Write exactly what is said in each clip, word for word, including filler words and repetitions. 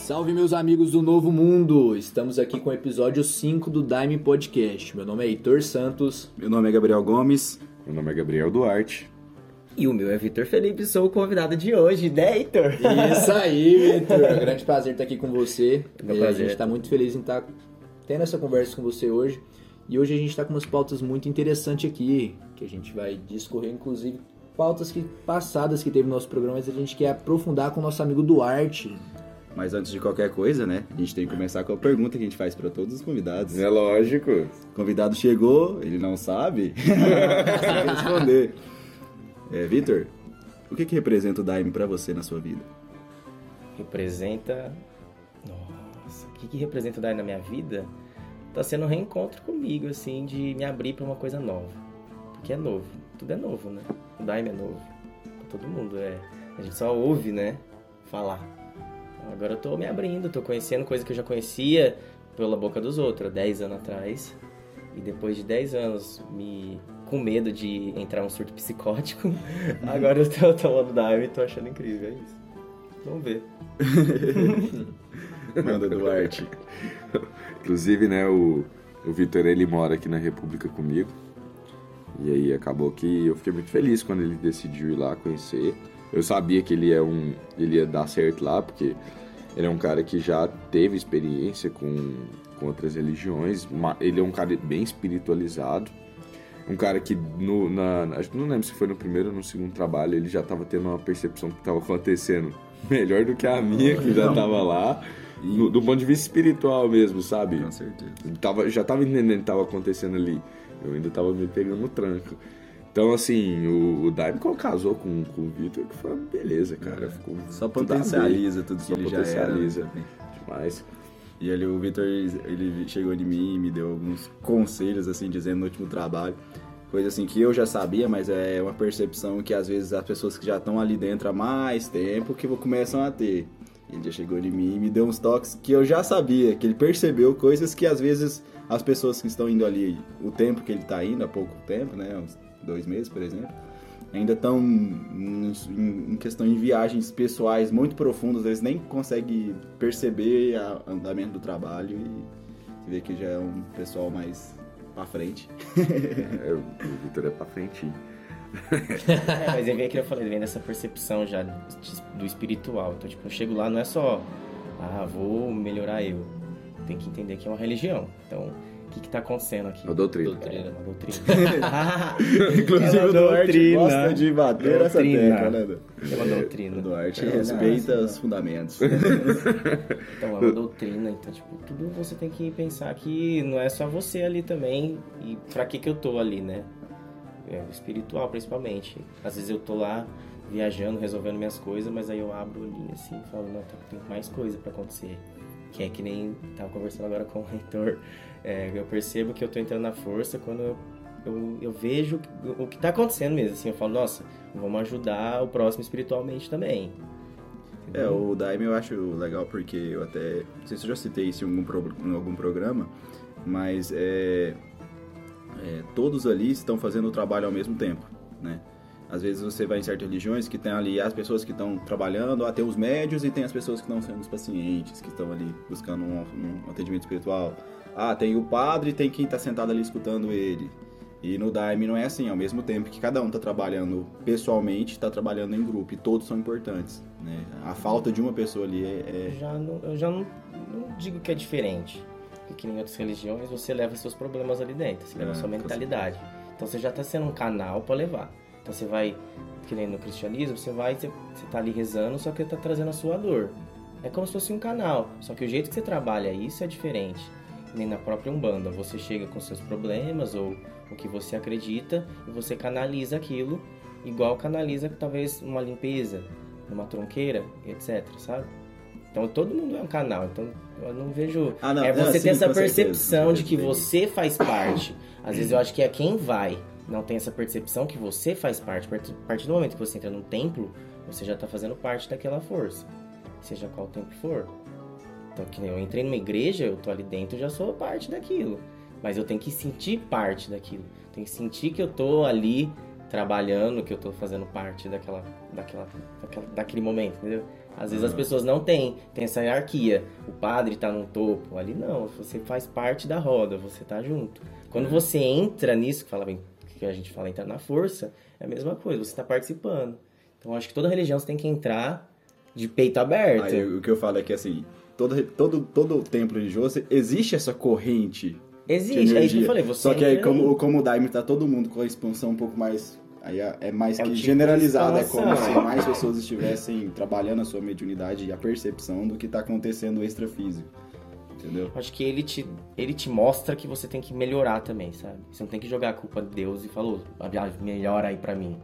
Salve, meus amigos do Novo Mundo! Estamos aqui com o episódio cinco do Daime Podcast. Meu nome é Heitor Santos. Meu nome é Gabriel Gomes. Meu nome é Gabriel Duarte. E o meu é Vitor Felipe, sou o convidado de hoje, né, Heitor? Isso aí, Vitor! É um grande prazer estar aqui com você. É um é, prazer. A gente está muito feliz em estar tendo essa conversa com você hoje. E hoje a gente está com umas pautas muito interessantes aqui, que a gente vai discorrer, inclusive, pautas que, passadas que teve no nosso programa, mas a gente quer aprofundar com o nosso amigo Duarte. Mas antes de qualquer coisa, né, a gente tem que começar com a pergunta que a gente faz para todos os convidados. É lógico. O convidado chegou, ele não sabe, tem que responder. É, Vitor, o que, que representa o Daime para você na sua vida? Representa... Nossa, o que, que representa o Daime na minha vida? Tá sendo um reencontro comigo, assim, de me abrir pra uma coisa nova. Porque é novo, tudo é novo, né? O Daime é novo, pra todo mundo, é... A gente só ouve, né, falar. Agora eu tô me abrindo, tô conhecendo coisa que eu já conhecia pela boca dos outros, há dez anos atrás. E depois de dez anos me... com medo de entrar um surto psicótico, agora eu tô tomando Daime e tô achando incrível, é isso. Vamos ver. Manda, Duarte. Inclusive, né, o, o Vitor, ele mora aqui na República comigo. E aí acabou que eu fiquei muito feliz quando ele decidiu ir lá conhecer. Eu sabia que ele ia, um, ele ia dar certo lá, porque ele é um cara que já teve experiência com, com outras religiões. Ele é um cara bem espiritualizado. Um cara que, no, na, acho que não lembro se foi no primeiro ou no segundo trabalho, ele já estava tendo uma percepção do que estava acontecendo melhor do que a minha, que já estava lá. No, do ponto de vista espiritual mesmo, sabe? Com certeza. Tava, já estava entendendo o que estava acontecendo ali. Eu ainda estava me pegando no tranco. Então, assim, o, o Daime casou com, com o Vitor, que foi uma beleza, cara. Ficou Só tudo potencializa tudo que Só ele já potencializa era. demais. E ali o Vitor, ele chegou em mim e me deu alguns conselhos, assim, dizendo no último trabalho. Coisa assim que eu já sabia, mas é uma percepção que às vezes as pessoas que já estão ali dentro há mais tempo que começam a ter. Ele já chegou em mim e me deu uns toques que eu já sabia, que ele percebeu coisas que às vezes as pessoas que estão indo ali, o tempo que ele está indo, há pouco tempo, né, uns dois meses, por exemplo, ainda estão em, em questão de viagens pessoais muito profundas, eles nem conseguem perceber o andamento do trabalho e você vê que já é um pessoal mais pra frente. É, o Vitor é pra frente. É, mas ele vem que eu falei, ele vem dessa percepção já do espiritual. Então, tipo, eu chego lá, não é só, ah, vou melhorar eu. Tem que entender que é uma religião. Então, o que que tá acontecendo aqui? Uma doutrina. Doutrina, uma doutrina. Inclusive é uma o Duarte doutrina. gosta de bater essa Doutrina. tecla, né? É uma doutrina. O Duarte É, respeita não, os fundamentos. Então, é uma doutrina. Então, tipo, tudo você tem que pensar que não é só você ali também. E pra que que eu tô ali, né? É, espiritual, principalmente. Às vezes eu tô lá viajando, resolvendo minhas coisas, mas aí eu abro ali assim e falo, não, tem mais coisa pra acontecer. Que é que nem tava conversando agora com o Heitor. É, eu percebo que eu tô entrando na força quando eu, eu, eu vejo o que tá acontecendo mesmo. Assim, eu falo, nossa, vamos ajudar o próximo espiritualmente também. É, o Daime eu acho legal porque eu até, não sei se eu já citei isso em algum, pro, em algum programa, mas é, é, todos ali estão fazendo o trabalho ao mesmo tempo, né? Às vezes você vai em certas religiões que tem ali as pessoas que estão trabalhando, ah, tem os médios e tem as pessoas que estão sendo os pacientes, que estão ali buscando um, um atendimento espiritual. Ah, tem o padre e tem quem está sentado ali escutando ele. E no Daime não é assim, ao mesmo tempo que cada um está trabalhando pessoalmente, está trabalhando em grupo, e todos são importantes, né? A falta de uma pessoa ali é... é... Já não, eu já não, não digo que é diferente. Porque em outras religiões você leva seus problemas ali dentro, você leva É, a sua mentalidade. Então você já está sendo um canal para levar. Então você vai, que nem no cristianismo, você vai, você, você tá ali rezando, só que tá trazendo a sua dor. É como se fosse um canal, só que o jeito que você trabalha isso é diferente. Nem na própria Umbanda, você chega com seus problemas ou o que você acredita e você canaliza aquilo, igual canaliza talvez uma limpeza, numa tronqueira, etc, sabe? Então todo mundo é um canal, então eu não vejo... Ah, não, é você é, ter sim, essa com percepção certeza, de que com certeza. você faz parte. Às vezes eu acho que é quem vai, não tem essa percepção que você faz parte. A partir do momento que você entra num templo, você já está fazendo parte daquela força, seja qual templo for. Então, que nem eu entrei numa igreja, eu tô ali dentro, eu já sou parte daquilo. Mas eu tenho que sentir parte daquilo. Tenho que sentir que eu tô ali trabalhando, que eu tô fazendo parte daquela, daquela, daquela, daquele momento, entendeu? Às vezes as pessoas não têm, tem essa hierarquia. O padre tá no topo, ali não, você faz parte da roda, você tá junto. Quando você entra nisso, que fala bem, que a gente fala entrar na força, é a mesma coisa, você tá participando. Então acho que toda religião você tem que entrar de peito aberto. Aí, o que eu falo é que assim, todo, todo, todo templo religioso existe essa corrente. Existe, é isso que eu falei, você Só que aí, entra como, aí. como o Daime tá todo mundo com a expansão um pouco mais. Aí é é mais É o que tipo de generalizado, é como expansão. se mais pessoas estivessem trabalhando a sua mediunidade e a percepção do que tá acontecendo extrafísico. Entendeu? Acho que ele te, ele te mostra que você tem que melhorar também, sabe? Você não tem que jogar a culpa de Deus e falou, ah, melhora aí pra mim.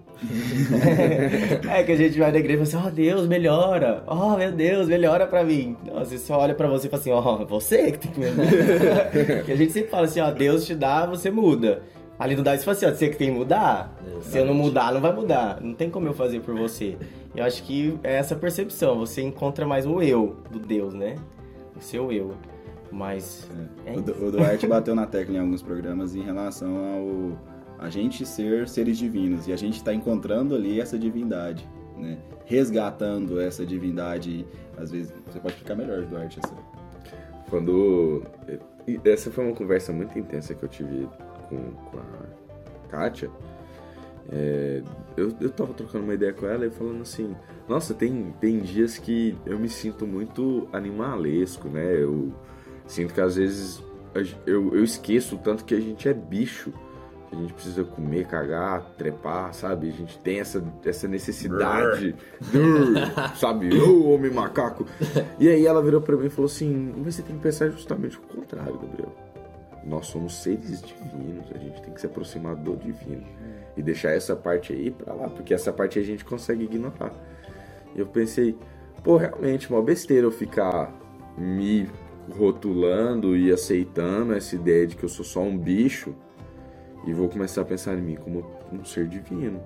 É que a gente vai na igreja e fala assim, ó, oh, Deus, melhora. Ó, oh, meu Deus, melhora pra mim. Nossa, você só olha pra você e fala assim, ó, oh, você que tem que melhorar. Que a gente sempre fala assim, ó, Deus te dá, você muda. Ali não dá isso, fala assim, ó, você que tem que mudar. Exatamente. Se eu não mudar, não vai mudar. Não tem como eu fazer por você. Eu acho que é essa percepção. Você encontra mais o eu do Deus, né? O seu eu. Mas é O, isso. Du- o Duarte bateu na tecla em alguns programas em relação ao a gente ser seres divinos e a gente está encontrando ali essa divindade, né? Resgatando essa divindade. Às vezes você pode explicar melhor, Duarte. Essa... Quando... e Essa foi uma conversa muito intensa que eu tive com, com a Kátia. É, eu, eu tava trocando uma ideia com ela e falando assim, nossa, tem, tem dias que eu me sinto muito animalesco, né? Eu sinto que às vezes eu, eu esqueço o tanto que a gente é bicho. A gente precisa comer, cagar, trepar, sabe? A gente tem essa, essa necessidade, Brrr, sabe? Ô, homem macaco. E aí ela virou pra mim e falou assim, mas você tem que pensar justamente o contrário, Gabriel. Nós somos seres divinos, a gente tem que se aproximar do divino. E deixar essa parte aí pra lá, porque essa parte aí a gente consegue ignorar. E eu pensei, pô, realmente, uma besteira eu ficar me rotulando e aceitando essa ideia de que eu sou só um bicho e vou começar a pensar em mim como um ser divino.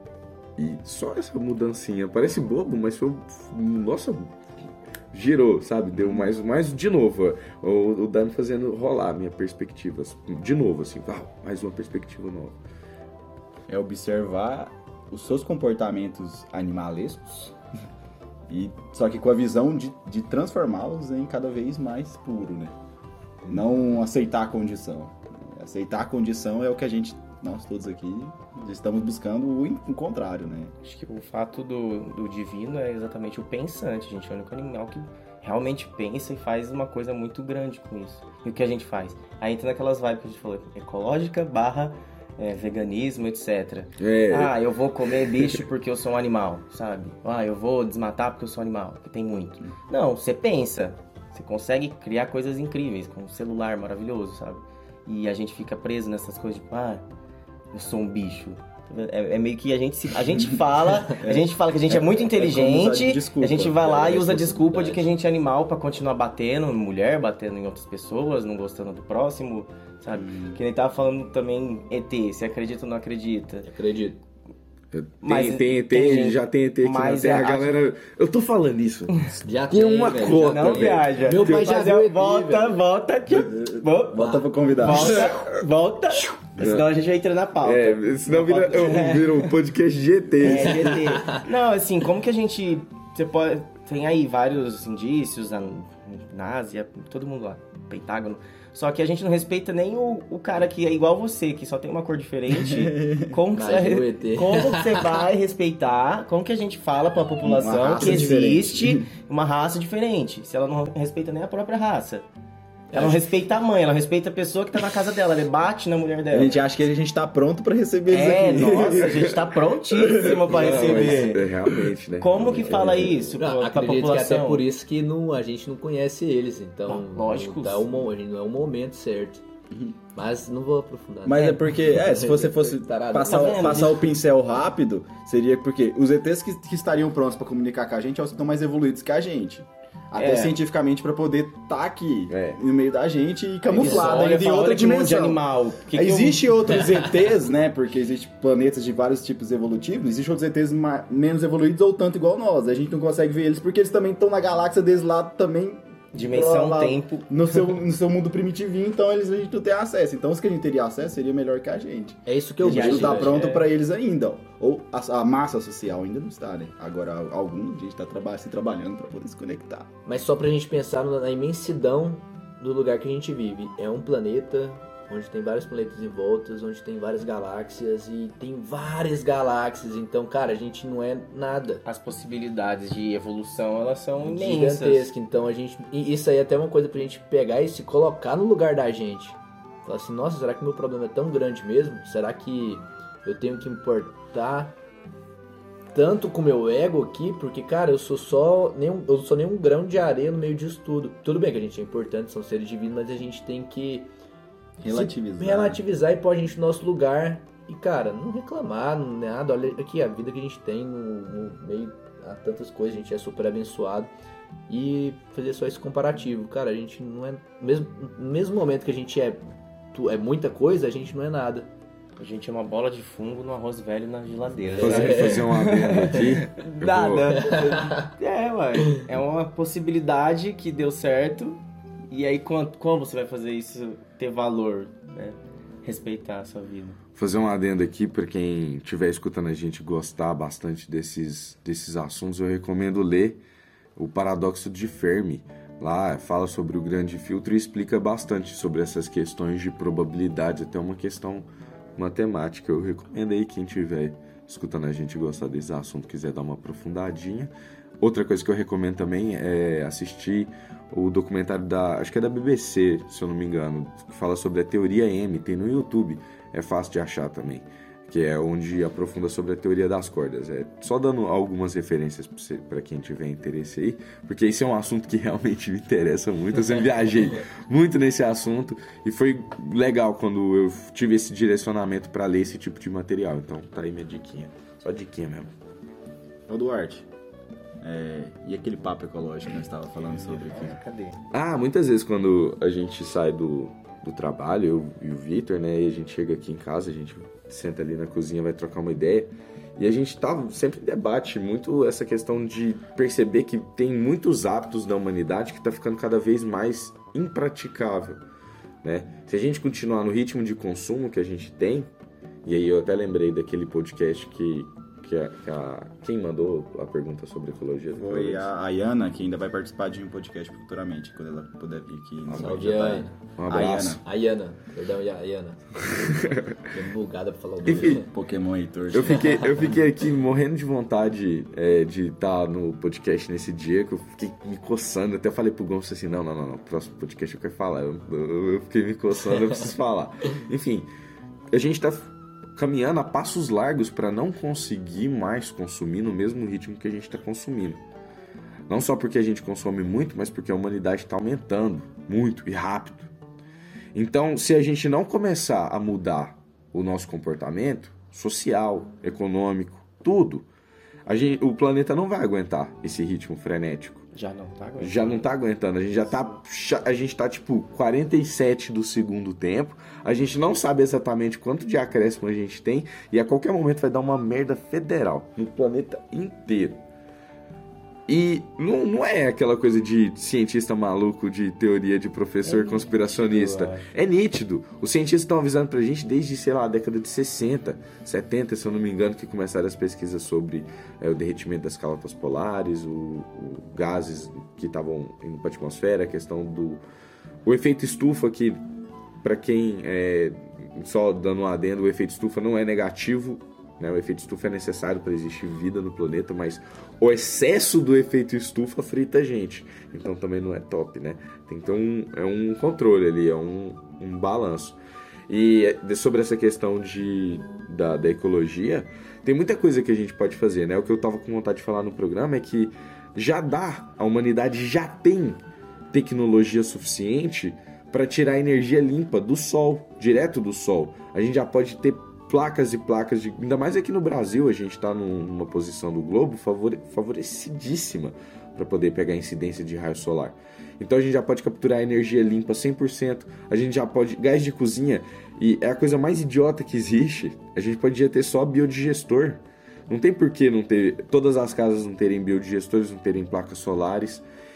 E só essa mudancinha, parece bobo, mas foi, nossa, girou, sabe? Deu mais, mais de novo, o, o Dani fazendo rolar a minha perspectiva, de novo, assim, uau, mais uma perspectiva nova. É observar os seus comportamentos animalescos, e, só que com a visão de, de transformá-los em cada vez mais puro, né? Não aceitar a condição. Aceitar a condição é o que a gente, nós todos aqui, estamos buscando o, in- o contrário, né? Acho que o fato do, do divino é exatamente o pensante. A gente é o único animal que realmente pensa e faz uma coisa muito grande com isso. E o que a gente faz? Aí entra naquelas vibes que a gente falou, ecológica barra é, veganismo, etcétera. É, Ah, eu vou comer bicho porque eu sou um animal, sabe? Ah, eu vou desmatar porque eu sou um animal, porque tem muito. Não, você pensa. Você consegue criar coisas incríveis com um celular maravilhoso, sabe? E a gente fica preso nessas coisas, tipo, ah, eu sou um bicho. É, é meio que a gente se, a gente fala, a gente fala que a gente é muito inteligente, desculpa. a gente vai lá É, e usa a desculpa de responsabilidade. que a gente é animal pra continuar batendo em mulher, batendo em outras pessoas, não gostando do próximo, sabe? Que nem tava falando também E T, você acredita ou não acredita? Acredito. tem, Mas tem E T, tem gente- já tem E T aqui na mas Terra, a- galera. Eu tô falando isso. Já Tem uma velho, cota, já Não tem. viaja. Meu pai já Mas viu eu- E T, volta, velho. volta aqui. Volta, Volta pro convidado. volta, volta. Senão a gente vai entrar na pauta. É, senão vira, eu, vira um podcast de E T. É, G T. Não, assim, como que a gente... Você pode... Tem aí vários indícios, a NASA, todo mundo lá, Pentágono. Só que a gente não respeita nem o, o cara que é igual você, que só tem uma cor diferente. Como que, você Imagina o vai, E T. como que você vai respeitar? Como que a gente fala pra Uma população raça que existe diferente. uma raça diferente? Se ela não respeita nem a própria raça. Ela não respeita a mãe, ela respeita a pessoa que tá na casa dela. Ela bate na mulher A dela. gente acha que a gente tá pronto pra receber É, isso aqui. nossa, a gente tá prontíssimo pra Não, mas, receber. é, realmente, né? Como que fala isso Não, pra, pra acredito que população? até por isso que não, a gente não conhece eles, então Não, lógico. não, dá o, mo- a gente não é o momento certo. Mas não vou aprofundar. Mas é porque, é, se você fosse Tarado. passar, Tá o- vendo? passar o pincel rápido, seria porque os E Tês que, que estariam prontos pra comunicar com a gente, eles estão mais evoluídos que a gente. Até É. cientificamente pra poder estar aqui É. no meio da gente e Eles camuflado olham e ainda em falam, outra olha que monte de dimensão. animal. Que que Existe outros E Tês, né? Porque existe planetas de vários tipos evolutivos. Existem outros E Tês ma- menos evoluídos ou tanto igual nós. A gente não consegue ver eles porque eles também estão na galáxia deles lá também Dimensão, lá, tempo. No seu, no seu mundo primitivinho, então eles a gente não tem acesso. Então os que a gente teria acesso seria melhor que a gente. É isso que eu a gente vejo. não tá velho. pronto É. pra eles ainda. Ó. Ou a, a massa social ainda não está, né? Agora alguns a gente tá traba- se trabalhando pra poder se conectar. Mas só pra gente pensar na imensidão do lugar que a gente vive. É um planeta onde tem vários planetas em voltas, onde tem várias galáxias e tem várias galáxias. Então, cara, a gente não é nada. As possibilidades de evolução, elas são imensas. Gigantesca. Então a gente. E isso aí é até uma coisa pra gente pegar e se colocar no lugar da gente. Falar assim, nossa, será que meu problema é tão grande mesmo? Será que eu tenho que importar tanto com o meu ego aqui? Porque, cara, eu sou só nem um, eu sou nem um grão de areia no meio disso tudo. Tudo bem que a gente é importante, são seres divinos, mas a gente tem que Relativizar. se relativizar e pôr a gente no nosso lugar. E, cara, não reclamar, não nada. Olha aqui a vida que a gente tem no, no meio a tantas coisas, a gente é super abençoado. E fazer só esse comparativo. Cara, a gente não é. Mesmo, no mesmo momento que a gente é, tu- é muita coisa, a gente não é nada. A gente é uma bola de fungo no arroz velho na geladeira. Fazer, fazer um adendo aqui. eu Dá, vou- né? É, ué. É uma possibilidade que deu certo. E aí, como, como você vai fazer isso ter valor, né? Respeitar a sua vida. Fazer um adendo aqui para quem estiver escutando a gente e gostar bastante desses, desses assuntos, eu recomendo ler o Paradoxo de Fermi. Lá fala sobre o grande filtro e explica bastante sobre essas questões de probabilidade, até uma questão matemática. Eu recomendo aí quem estiver escutando a gente e gostar desse assunto, quiser dar uma aprofundadinha. Outra coisa que eu recomendo também é assistir o documentário da, acho que é da B B C, se eu não me engano, que fala sobre a teoria M, tem no YouTube, é fácil de achar também, que é onde aprofunda sobre a teoria das cordas. É só dando algumas referências para quem tiver interesse aí, porque esse é um assunto que realmente me interessa muito. Eu sempre viajei muito nesse assunto e foi legal quando eu tive esse direcionamento para ler esse tipo de material. Então tá aí minha diquinha, só diquinha mesmo. Ô Duarte, é, e aquele papo ecológico que nós estávamos falando sobre aqui? Cadê? Ah, muitas vezes quando a gente sai do, do trabalho, eu e o Vitor, né, e a gente chega aqui em casa, a gente senta ali na cozinha, vai trocar uma ideia, e a gente tá, sempre debate muito essa questão de perceber que tem muitos hábitos da humanidade que tá ficando cada vez mais impraticável, né? Se a gente continuar no ritmo de consumo que a gente tem, e aí eu até lembrei daquele podcast que Que a, que a, quem mandou a pergunta sobre ecologia? Foi a Ayana, que ainda vai participar de um podcast futuramente, quando ela puder vir aqui. No Salve, Ayana. Um abraço. Ayana, perdão, Ayana. Tô bugada pra falar o nome. Enfim, Pokémon Heitor. Eu fiquei, eu fiquei aqui morrendo de vontade é, de estar no podcast nesse dia, que eu fiquei me coçando. Até falei pro Gonçalo assim, não, não, não, não, próximo podcast eu quero falar. Eu, eu, eu fiquei me coçando, eu preciso falar. Enfim, a gente tá caminhando a passos largos para não conseguir mais consumir no mesmo ritmo que a gente está consumindo. Não só porque a gente consome muito, mas porque a humanidade está aumentando muito e rápido. Então, se a gente não começar a mudar o nosso comportamento social, econômico, tudo, a gente, o planeta não vai aguentar esse ritmo frenético. Já não tá aguentando. Já não tá aguentando, a gente já tá, a gente tá tipo quarenta e sete do segundo tempo, a gente não sabe exatamente quanto de acréscimo a gente tem e a qualquer momento vai dar uma merda federal no planeta inteiro. E não, não é aquela coisa de cientista maluco, de teoria de professor É conspiracionista. nítido, É nítido. Os cientistas estão avisando pra gente desde, sei lá, a década de sessenta, setenta, se eu não me engano, que começaram as pesquisas sobre é, o derretimento das calotas polares, o, o gases que estavam indo pra atmosfera, a questão do... O efeito estufa, que, pra quem... É, só dando um adendo, o efeito estufa não é negativo, né? O efeito estufa é necessário para existir vida no planeta, mas o excesso do efeito estufa frita a gente. Então também não é top, né? Tem que ter um, é um controle ali, é um, um balanço. E sobre essa questão de, da, da ecologia, tem muita coisa que a gente pode fazer, né? O que eu tava com vontade de falar no programa é que já dá, a humanidade já tem tecnologia suficiente para tirar energia limpa do sol, direto do sol. A gente já pode ter placas e placas, de, ainda mais aqui no Brasil, a gente está numa posição do globo favore, favorecidíssima para poder pegar incidência de raio solar. Então a gente já pode capturar energia limpa cem por cento, a gente já pode, gás de cozinha, e é a coisa mais idiota que existe, a gente podia ter só biodigestor. Não tem por que não ter, todas as casas não terem biodigestores, não terem placas solares.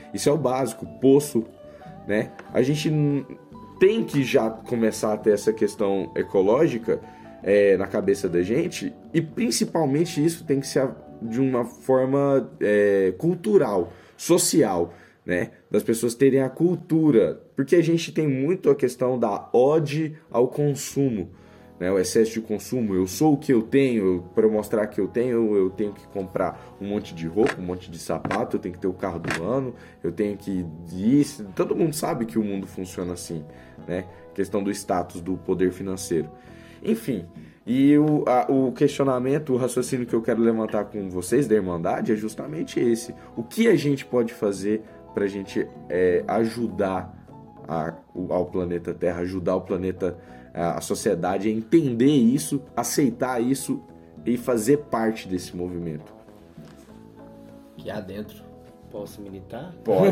Isso é o básico, poço, né? A gente tem que já começar a ter essa questão ecológica é, na cabeça da gente, e principalmente isso tem que ser de uma forma é, cultural, social, né? Das pessoas terem a cultura, porque a gente tem muito a questão da ode ao consumo, né? O excesso de consumo. Eu sou o que eu tenho, para mostrar que eu tenho, eu tenho que comprar um monte de roupa, um monte de sapato, eu tenho que ter o carro do ano, eu tenho que isso. Todo mundo sabe que o mundo funciona assim, né? Questão do status, do poder financeiro. Enfim, e o, a, o questionamento, o raciocínio que eu quero levantar com vocês da Irmandade é justamente esse. O que a gente pode fazer para a gente é, ajudar a, o, ao planeta Terra, ajudar o planeta, a, a sociedade a entender isso, aceitar isso e fazer parte desse movimento? Que há dentro. Posso militar? Pode.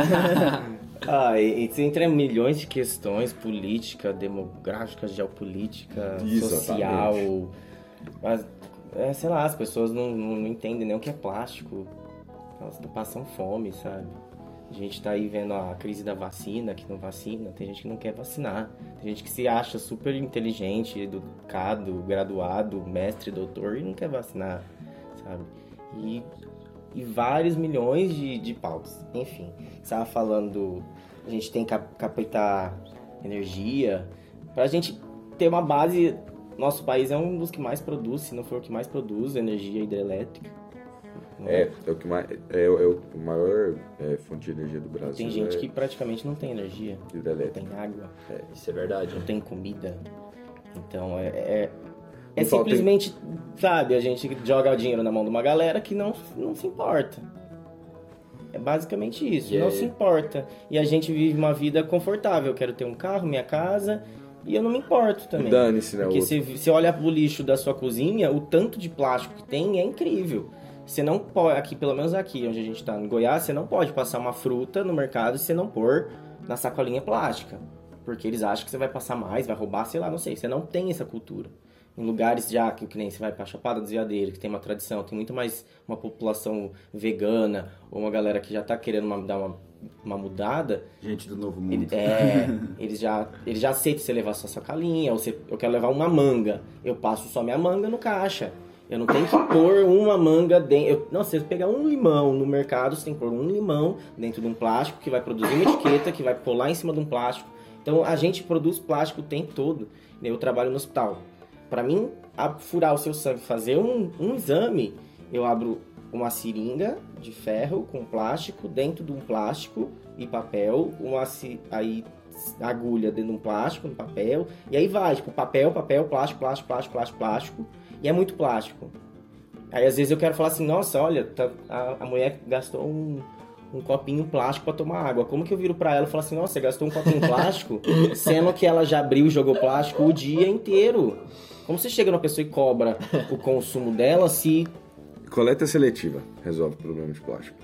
Ah, e, e entre milhões de questões, política, demográfica, geopolítica, Exatamente. social, mas, é, sei lá, as pessoas não, não, não entendem nem o que é plástico, elas passam fome, sabe? A gente tá aí vendo a crise da vacina, que não vacina, tem gente que não quer vacinar, tem gente que se acha super inteligente, educado, graduado, mestre, doutor e não quer vacinar, sabe? E... e vários milhões de, de pautas. Enfim, você estava falando, a gente tem que captar energia, para a gente ter uma base. Nosso país é um dos que mais produz, se não for o que mais produz energia hidrelétrica. É, é o que mais, é, é o maior é, fonte de energia do Brasil. Tem gente é que praticamente não tem energia, não hidrelétrica. tem água, É. Isso é verdade. não tem comida. Então é... é... É Não falta- simplesmente, sabe, a gente joga dinheiro na mão de uma galera que não, não se importa. É basicamente isso, E não aí? se importa. E a gente vive uma vida confortável. Eu quero ter um carro, minha casa, e eu não me importo também. Dane-se, né? Porque o outro. se você olha pro lixo da sua cozinha, o tanto de plástico que tem é incrível. Você não pode, aqui, pelo menos aqui onde a gente tá, em Goiás, você não pode passar uma fruta no mercado e você não pôr na sacolinha plástica. Porque eles acham que você vai passar mais, vai roubar, sei lá, não sei. Você não tem essa cultura. Em lugares já que, que nem você vai pra Chapada dos Veadeiros, que tem uma tradição, tem muito mais uma população vegana, ou uma galera que já tá querendo uma, dar uma, uma mudada, Gente do Novo Mundo. ele, é, eles já, eles já aceitam você levar sua sacolinha, ou você, eu quero levar uma manga, eu passo só minha manga no caixa. Eu não tenho que pôr uma manga dentro. Não, se você pegar um limão no mercado, você tem que pôr um limão dentro de um plástico que vai produzir uma etiqueta, que vai colar em cima de um plástico. Então a gente produz plástico o tempo todo. Eu trabalho no hospital. Para mim, furar o seu sangue, fazer um, um exame, eu abro uma seringa de ferro com plástico, dentro de um plástico e papel, uma aí agulha dentro de um plástico, no papel, e aí vai, tipo, papel, papel, plástico, plástico, plástico, plástico, plástico, e é muito plástico. Aí às vezes eu quero falar assim, nossa, olha, tá, a, a mulher gastou um, um copinho plástico para tomar água. Como que eu viro para ela e falo assim, nossa, você gastou um copinho plástico, sendo que ela já abriu e jogou plástico o dia inteiro? Como você chega numa pessoa e cobra o consumo dela se... Coleta seletiva resolve o problema de plástico.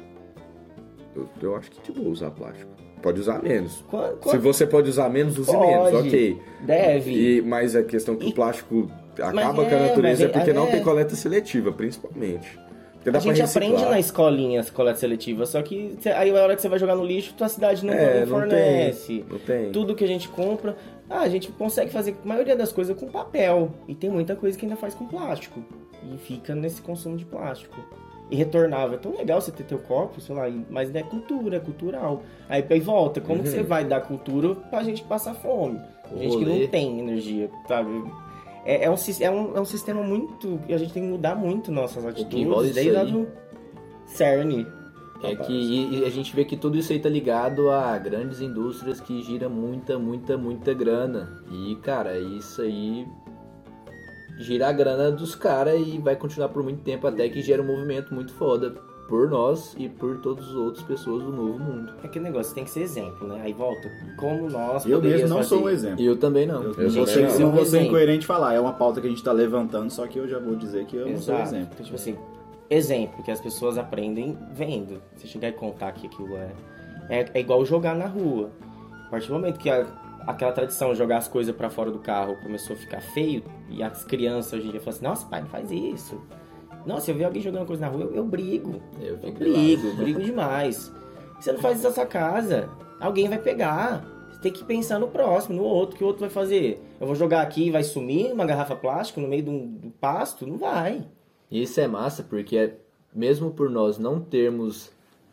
Eu, eu acho que de boa usar plástico. Pode usar menos. Qua- qua- Se você pode usar menos, use Pode, menos, ok. deve. E, mas a questão que E- o plástico acaba Mas com a é, natureza é mas é- porque não é. tem coleta seletiva, principalmente. Porque dá A pra gente reciclar. aprende na escolinha as coletas seletivas, só que cê- aí a hora que você vai jogar no lixo, tua cidade não, É, não não fornece. tem. Não tem. Tudo que a gente compra, ah, a gente consegue fazer a maioria das coisas com papel. E tem muita coisa que ainda faz com plástico. E fica nesse consumo de plástico. E retornável. É tão legal você ter teu copo, sei lá, e- mas é cultura, é cultural. Aí, aí volta, como que você vai dar cultura pra gente passar fome? Gente que Rolê. não tem energia, sabe? É, é, um, sis- é, um, é um sistema muito... E a gente tem que mudar muito nossas envolve atitudes, isso desde lá aí. do CERN. É que e- e a gente vê que tudo isso aí tá ligado a grandes indústrias que giram muita, muita, muita grana. E, cara, isso aí gira a grana dos caras e vai continuar por muito tempo até que gera um movimento muito foda por nós e por todas as outras pessoas do novo mundo. É aquele negócio, tem que ser exemplo, né? Aí volta, como nós Eu mesmo poderíamos não fazer? sou um exemplo. E eu também não. Eu, Eu eu vou também ser, não. não vou ser Exemplo. incoerente falar. É uma pauta que a gente tá levantando, só que eu já vou dizer que eu não sou um Exato. exemplo. Então, tipo assim, exemplo, que as pessoas aprendem vendo. Você chegar e contar que aquilo é... É, é igual jogar na rua. A partir do momento que a, aquela tradição de jogar as coisas pra fora do carro começou a ficar feio, e as crianças hoje em dia falam assim, nossa, pai, não faz isso. Nossa, eu vi alguém jogando coisa na rua, eu, eu brigo. Eu Eu fico brigo, brigo demais. Você não faz isso na sua casa. Alguém vai pegar. Você tem que pensar no próximo, no outro, que o outro vai fazer. Eu vou jogar aqui e vai sumir uma garrafa plástica no meio do, do pasto? Não vai. E isso é massa, porque mesmo por nós não termos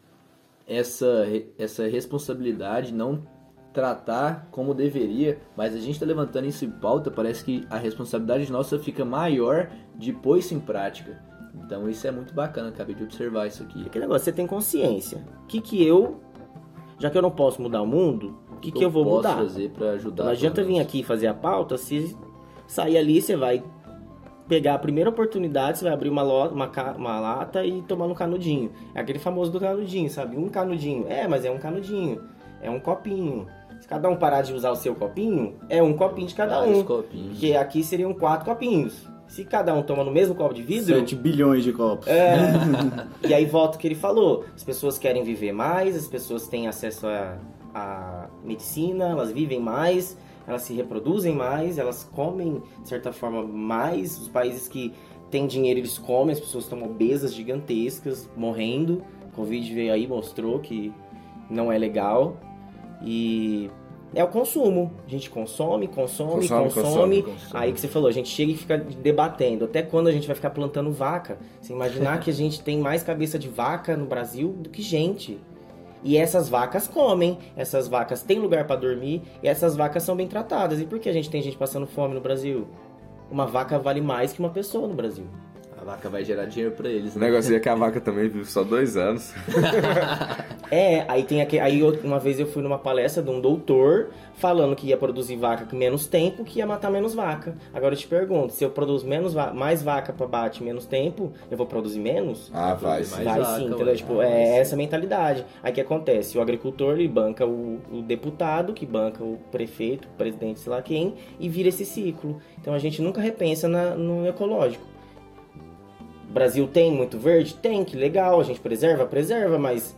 essa, essa responsabilidade, não tratar como deveria, mas a gente está levantando isso em pauta, parece que a responsabilidade nossa fica maior de pôr isso em prática. Então isso é muito bacana, acabei de observar isso aqui. Aquele negócio, você tem consciência. O que que eu, já que eu não posso mudar o mundo, o que que eu vou posso mudar? fazer para ajudar? Então, não adianta vir aqui fazer a pauta, se sair ali, você vai pegar a primeira oportunidade, você vai abrir uma, lo- uma, ca- uma lata e tomar um canudinho. É aquele famoso do canudinho, sabe? Um canudinho. É, mas é um canudinho. É um copinho. Se cada um parar de usar o seu copinho, é um copinho de cada Vários um. copinhos. Porque aqui seriam quatro copinhos. Se cada um toma no mesmo copo de vidro... sete bilhões de copos. É. E aí volta o que ele falou. As pessoas querem viver mais, as pessoas têm acesso à, à medicina, elas vivem mais, elas se reproduzem mais, elas comem, de certa forma, mais. Os países que têm dinheiro, eles comem, as pessoas estão obesas, gigantescas, morrendo. O Covid veio aí, mostrou que não é legal. E é o consumo. A gente consome, consome, Consome, consome. consome, consome. Aí que você falou, a gente chega e fica debatendo. Até quando a gente vai ficar plantando vaca? Você imaginar que a gente tem mais cabeça de vaca no Brasil do que gente. E essas vacas comem, essas vacas têm lugar para dormir e essas vacas são bem tratadas. E por que a gente tem gente passando fome no Brasil? Uma vaca vale mais que uma pessoa no Brasil. A vaca vai gerar dinheiro para eles, O né? negócio é que a vaca também vive só dois anos. É, aí tem aqui, aí eu- uma vez eu fui numa palestra de um doutor falando que ia produzir vaca com menos tempo, que ia matar menos vaca. Agora eu te pergunto, se eu produzo menos va- mais vaca para bate menos tempo, eu vou produzir menos? Ah, vai Mais sim. Vai vaca, sim, ué. entendeu? Tipo, Ah, é vai sim. essa mentalidade. Aí o que acontece? O agricultor, ele banca o, o deputado, que banca o prefeito, o presidente, sei lá quem, e vira esse ciclo. Então a gente nunca repensa na- no ecológico. O Brasil tem muito verde? Tem, que legal. A gente preserva? Preserva, mas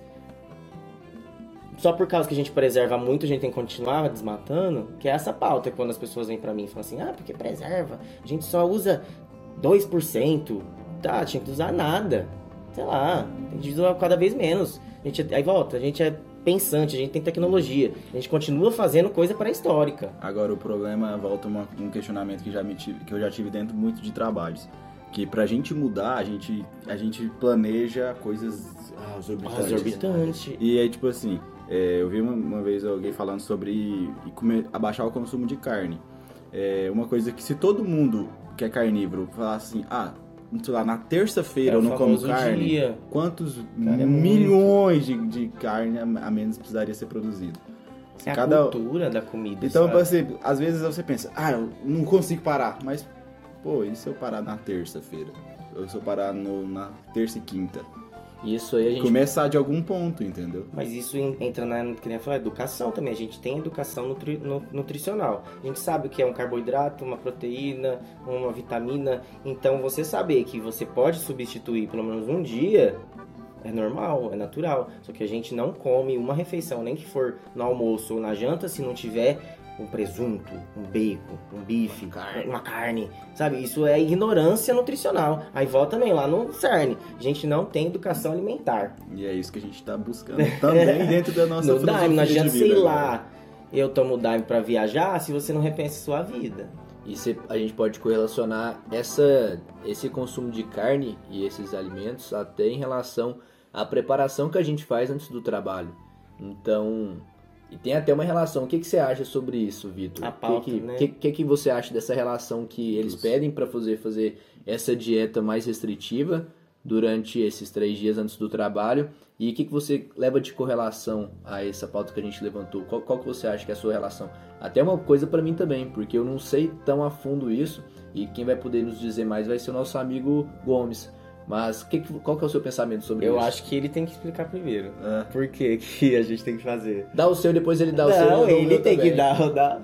só por causa que a gente preserva muito, a gente tem que continuar desmatando, que é essa pauta, quando as pessoas vêm pra mim e falam assim, ah, porque preserva, a gente só usa dois por cento, tá, tinha que usar nada, sei lá, tem que usar cada vez menos. A gente, aí volta, a gente é pensante, a gente tem tecnologia, a gente continua fazendo coisa pré-histórica. Agora o problema volta uma, um questionamento que, já me tive, que eu já tive dentro muito de trabalhos. Que pra gente mudar, a gente, a gente planeja coisas ah, exorbitantes. Exorbitante. E aí, tipo assim, é, eu vi uma, uma vez alguém falando sobre e comer, abaixar o consumo de carne. É uma coisa que se todo mundo que é carnívoro falar assim, ah, sei lá, na terça-feira É eu o não como famoso carne, dia. quantos Cara, é milhões de, de carne a a menos precisaria ser produzido? Se É a cada- cultura da comida, Então, sabe? você, às vezes você pensa, ah, eu não consigo parar, mas, pô, e se eu parar na terça-feira? Ou se eu parar no, na terça e quinta? Isso aí a gente... Começar de algum ponto, entendeu? Mas isso en- entra na, que nem eu falei, educação também. A gente tem educação nutri- nu- nutricional. A gente sabe o que é um carboidrato, uma proteína, uma vitamina. Então, você saber que você pode substituir pelo menos um dia é normal, é natural. Só que a gente não come uma refeição, nem que for no almoço ou na janta, se não tiver um presunto, um bacon, um bife, Uma carne. uma carne, sabe? Isso é ignorância nutricional. Aí volta também lá no cerne. A gente não tem educação alimentar. E é isso que a gente tá buscando também dentro da nossa No filosofia Daime, não adianta, de vida sei agora. lá, eu tomo Daime pra viajar se você não repensa a sua vida. E cê- a gente pode correlacionar essa, esse consumo de carne e esses alimentos até em relação à preparação que a gente faz antes do trabalho. Então, e tem até uma relação. O que, que você acha sobre isso, Vitor? A O que, pauta, que, né? que, que, que você acha dessa relação que eles Isso. pedem para fazer, fazer essa dieta mais restritiva durante esses três dias antes do trabalho? E o que, que você leva de correlação a essa pauta que a gente levantou? Qual, qual que você acha que é a sua relação? Até uma coisa para mim também, porque eu não sei tão a fundo isso, e quem vai poder nos dizer mais vai ser o nosso amigo Gomes. Mas que, que- qual que é o seu pensamento sobre Eu isso? acho que ele tem que explicar primeiro. É. Por que que a gente tem que fazer? Dá o seu, depois ele dá o seu. eu Não, dou o ele meu tem também. que dar o da,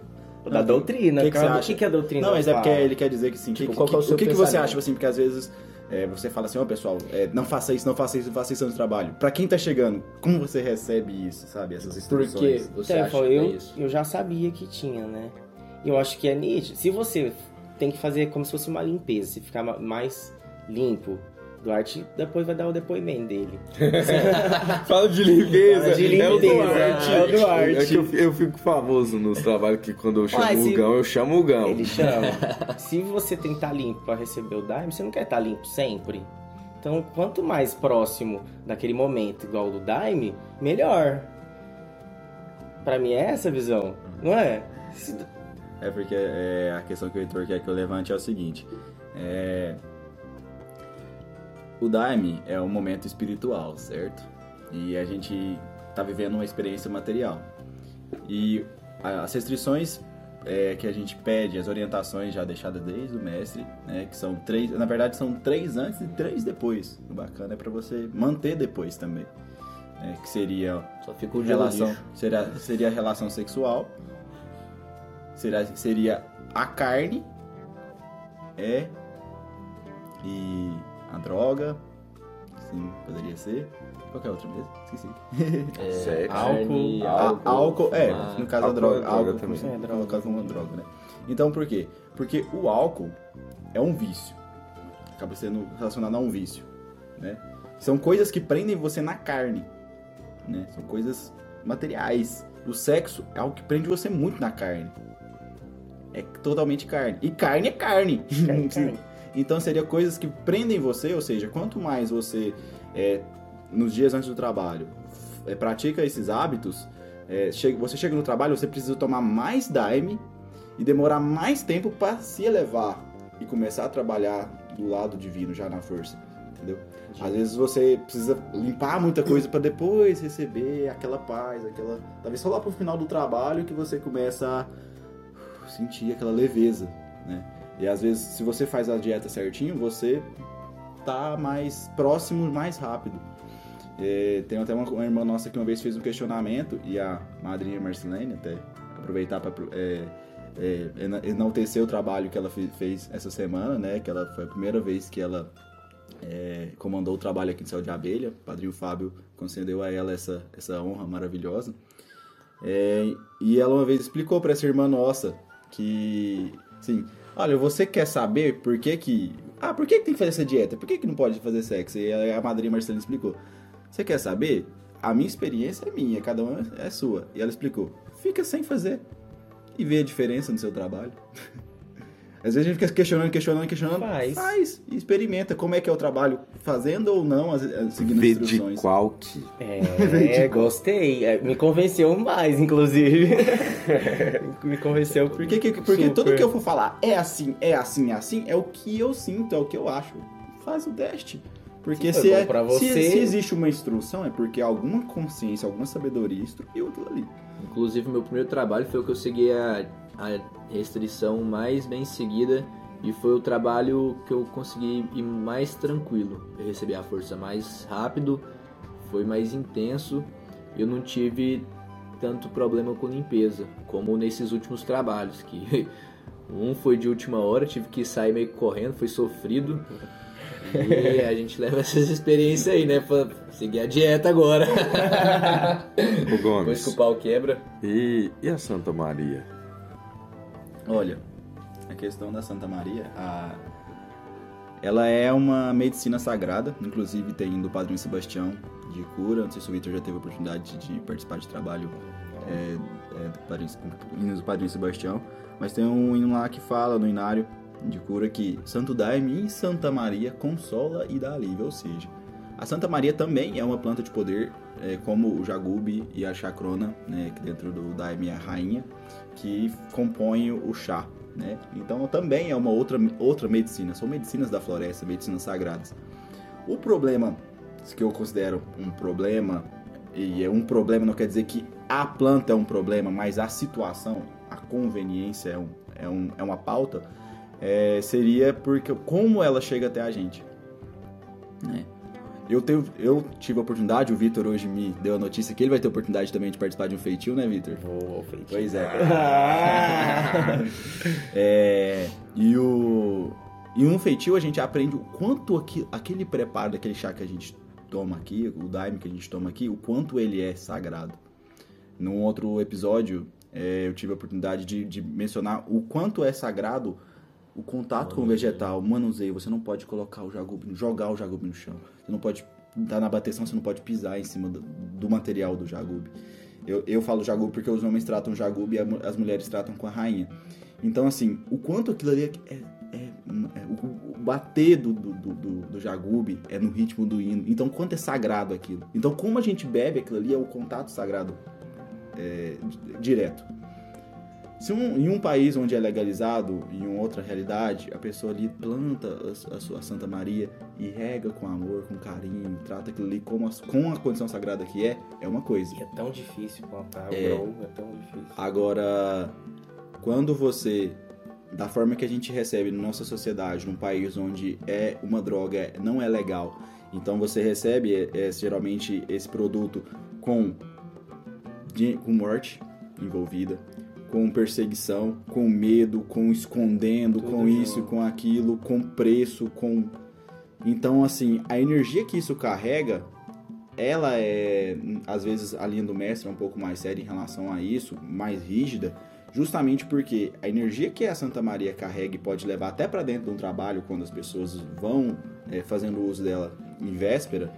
o da Não, doutrina. que que cara. você O acha? que, que a doutrina Não, mas é fala? porque ele quer dizer que sim. Tipo, que, qual que é o que- seu o que, que você pensamento? acha, tipo assim, porque às vezes é, você fala assim, ó pessoal, é, não faça isso, não faça isso, não faça isso no trabalho. Pra quem tá chegando, como você recebe isso, sabe? Essas Por instruções. que você Então, acha eu, que é eu, isso? eu já sabia que tinha, né? Eu acho que é nítido. Se você tem que fazer como se fosse uma limpeza, se ficar ma- mais limpo, Duarte depois vai dar o depoimento dele. Fala de limpeza. Fala de limpeza, É o Duarte. é o Duarte. É que eu, eu fico famoso nos trabalhos que quando eu chamo Uai, o se- Gão, eu chamo o Gão. Ele chama. Se você tem que estar limpo pra receber o Daime, você não quer estar limpo sempre. Então, quanto mais próximo daquele momento, igual o do Daime, melhor. Pra mim é essa a visão, não é? Se- É porque é, a questão que o Heitor quer que eu levante é o seguinte. É, o Daime é um momento espiritual, certo? E a gente tá vivendo uma experiência material. E a- as restrições é, que a gente pede, as orientações já deixadas desde o mestre, né, que são três, na verdade são três antes e três depois. O bacana é para você manter depois também. Né, que seria Só fica o dia do relação, lixo. seria, seria a relação sexual, seria, seria a carne, é, e a droga, sim, poderia ser. Qual que é a outra mesmo? Esqueci. É, Sexo. carne, A- álcool, álcool, é, fumar. no caso a Álcool droga, é droga álcool também. também. É, É, droga. colocado como uma droga, né? Então por quê? Porque o álcool é um vício. Acaba sendo relacionado a um vício, né? São coisas que prendem você na carne, né? São coisas materiais. O sexo é algo que prende você muito na carne. É totalmente carne. E carne é carne. Carne é carne. Então seria coisas que prendem você, ou seja, quanto mais você, é, nos dias antes do trabalho, é, pratica esses hábitos, é, chega- você chega no trabalho, você precisa tomar mais Daime e demorar mais tempo para se elevar e começar a trabalhar do lado divino, já na força, entendeu? Às vezes você precisa limpar muita coisa para depois receber aquela paz, aquela... Talvez só lá pro final do trabalho que você começa a sentir aquela leveza, né? E às vezes, se você faz a dieta certinho, você tá mais próximo, mais rápido. É, tem até uma, uma irmã nossa que uma vez fez um questionamento, e a madrinha Marcelene, até aproveitar para é, é, ena- enaltecer o trabalho que ela fe- fez essa semana, né? Que ela foi a primeira vez que ela é, comandou o trabalho aqui no Céu de Abelha. O padrinho Fábio concedeu a ela essa, essa honra maravilhosa. É, e ela uma vez explicou para essa irmã nossa que, assim, olha, você quer saber por que que... Ah, por que que tem que fazer essa dieta? Por que que não pode fazer sexo? E a a madrinha Marcelina explicou. Você quer saber? A minha experiência é minha, cada uma é sua. E ela explicou. Fica sem fazer e vê a diferença no seu trabalho. Às vezes a gente fica questionando, questionando, questionando. Faz. Faz. E experimenta como é que é o trabalho, fazendo ou não, as, as- seguindo Vê as de instruções. qual que. É, gostei. É, me convenceu mais, inclusive. Me convenceu. Porque, que- porque Super. tudo que eu for falar é assim, é assim, é assim, é o que eu sinto, é o que eu acho. Faz o teste. Porque Se se, foi bom é, pra se, você- se existe uma instrução, é porque alguma consciência, alguma sabedoria instruiu aquilo ali. Inclusive, meu primeiro trabalho foi o que eu segui a, a restrição mais bem seguida e foi o trabalho que eu consegui ir mais tranquilo. Eu recebi a força mais rápido, foi mais intenso. Eu não tive tanto problema com limpeza como nesses últimos trabalhos, que um foi de última hora, tive que sair meio que correndo, foi sofrido. E a gente leva essas experiências aí, né? Pra seguir a dieta agora. Ô Depois Gomes, que o pau quebra. e, e a Santa Maria? Olha, a questão da Santa Maria, a... ela é uma medicina sagrada, inclusive tem do Padrinho Sebastião de cura. Não sei se o Victor já teve a oportunidade de participar de trabalho é, é, do, Padrinho, com hinos do Padrinho Sebastião, mas tem um hino lá que fala no inário de cura que Santo Daime e Santa Maria consola e dá alívio, ou seja, a Santa Maria também é uma planta de poder, é, como o jagube e a chacrona, né, que dentro do Daime é a rainha, que compõem o chá, né? Então também é uma outra, outra medicina, são medicinas da floresta, medicinas sagradas. O problema, que eu considero um problema, e é um problema não quer dizer que a planta é um problema, mas a situação, a conveniência é, um, é, um, é uma pauta, é, seria porque como ela chega até a gente, né? Eu, tenho, eu tive a oportunidade, o Vitor hoje me deu a notícia que ele vai ter a oportunidade também de participar de um feitio, né, Vitor? Vou, feito. Pois é. É, e, o, e um feitio a gente aprende o quanto aqui, aquele preparo daquele chá que a gente toma aqui, o daime que a gente toma aqui, o quanto ele é sagrado. Num outro episódio, é, eu tive a oportunidade de, de mencionar o quanto é sagrado o contato com o vegetal, o manuseio, você não pode colocar o jagube, jogar o jagube no chão. Você não pode dar na bateção, você não pode pisar em cima do, do material do jagube. Eu, eu falo jagube porque os homens tratam jagube e as mulheres tratam com a rainha. Então, assim, o quanto aquilo ali é... é, é, é o, o bater do, do, do, do jagube é no ritmo do hino. Então, quanto é sagrado aquilo. Então, como a gente bebe aquilo ali, é o contato sagrado é, direto. Se um, em um país onde é legalizado, em uma outra realidade, a pessoa ali planta a, a sua Santa Maria e rega com amor, com carinho, trata aquilo ali como a, com a condição sagrada que é, é uma coisa. E é tão difícil plantar É. o grow, é tão difícil. Agora, quando você, da forma que a gente recebe na nossa sociedade, num país onde é uma droga, não é legal, então você recebe é, é, geralmente esse produto com, de, com morte envolvida, com perseguição, com medo, com escondendo, Tudo com isso, bom. com aquilo, com preço, com... Então, assim, a energia que isso carrega, ela é, às vezes, a linha do mestre é um pouco mais séria em relação a isso, mais rígida, justamente porque a energia que a Santa Maria carrega e pode levar até para dentro de um trabalho, quando as pessoas vão é, fazendo uso dela em véspera,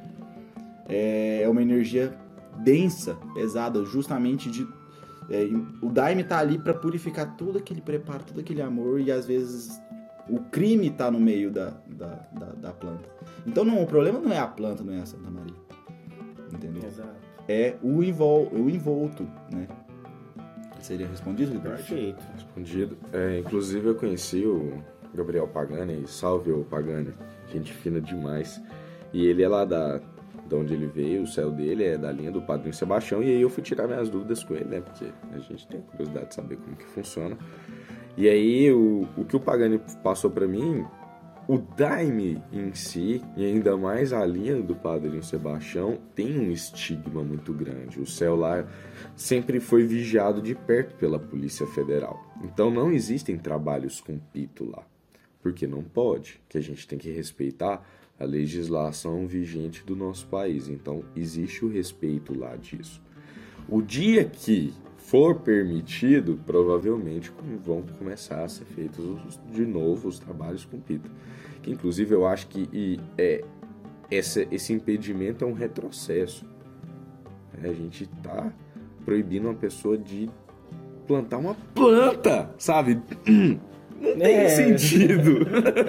é uma energia densa, pesada, justamente de... É, o Daime tá ali para purificar todo aquele preparo, todo aquele amor, e às vezes o crime tá no meio da, da, da, da planta. Então não, o problema não é a planta, não é a Santa Maria. Entendeu? Exato. É o, envol, o envolto, né? Seria respondido, Ricardo? Perfeito. Respondido. É, inclusive eu conheci o Gabriel Pagani, salve o Pagani, gente fina demais. E ele é lá da, de onde ele veio, o céu dele é da linha do Padrinho Sebastião, e aí eu fui tirar minhas dúvidas com ele, né? Porque a gente tem curiosidade de saber como que funciona. E aí o, o que o Pagani passou pra mim, o Daime em si, e ainda mais a linha do Padrinho Sebastião, tem um estigma muito grande. O céu lá sempre foi vigiado de perto pela Polícia Federal. Então não existem trabalhos com pito lá. Porque não pode, que a gente tem que respeitar a legislação vigente do nosso país. Então existe o respeito lá disso. O dia que for permitido, provavelmente vão começar a ser feitos de novo os trabalhos com pito. Que inclusive eu acho que e, é, esse, esse impedimento é um retrocesso. A gente tá proibindo uma pessoa de plantar uma planta, sabe? Não tem É. sentido.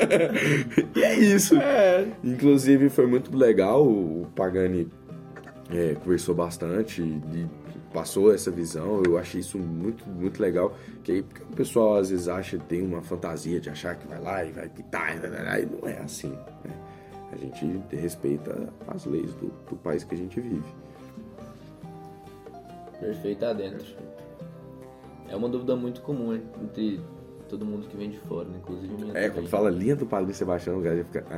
E é isso. Inclusive foi muito legal, o Pagani é, conversou bastante e passou essa visão. Eu achei isso muito, muito legal. Que aí, porque o pessoal às vezes acha, tem uma fantasia de achar que vai lá e vai pitar, e não é assim, né? A gente respeita as leis do, do país que a gente vive. Perfeito adentro. É uma dúvida muito comum entre todo mundo que vem de fora, né? Inclusive minha É, também. quando fala linha do Padre Sebastião, o cara já fica...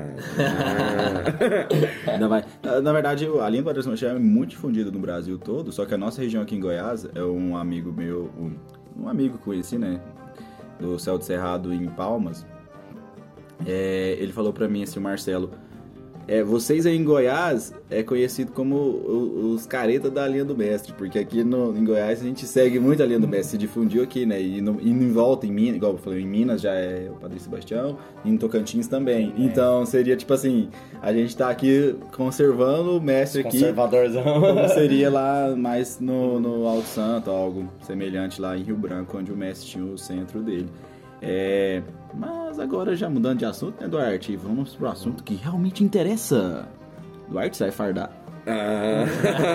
Ah, Na, vai- na- na verdade, a linha do Padre Sebastião é muito difundida no Brasil todo, só que a nossa região aqui em Goiás é um amigo meu, um, um amigo que eu conheci, né, do Céu de Cerrado em Palmas. É, ele falou pra mim assim, o Marcelo, é, vocês aí em Goiás é conhecido como o- os caretas da linha do mestre, porque aqui no, em Goiás a gente segue muito a linha do mestre, se difundiu aqui, né, e, no, e em volta, em Minas, igual eu falei, em Minas já é o Padre Sebastião, e em Tocantins também. Então seria tipo assim, a gente tá aqui conservando o mestre aqui, Conservadorzão. como seria lá mais no, no Alto Santo, algo semelhante lá em Rio Branco, onde o mestre tinha o centro dele. É, mas agora já mudando de assunto, né, Duarte? Vamos pro assunto que realmente interessa. Duarte, você vai fardar? ah.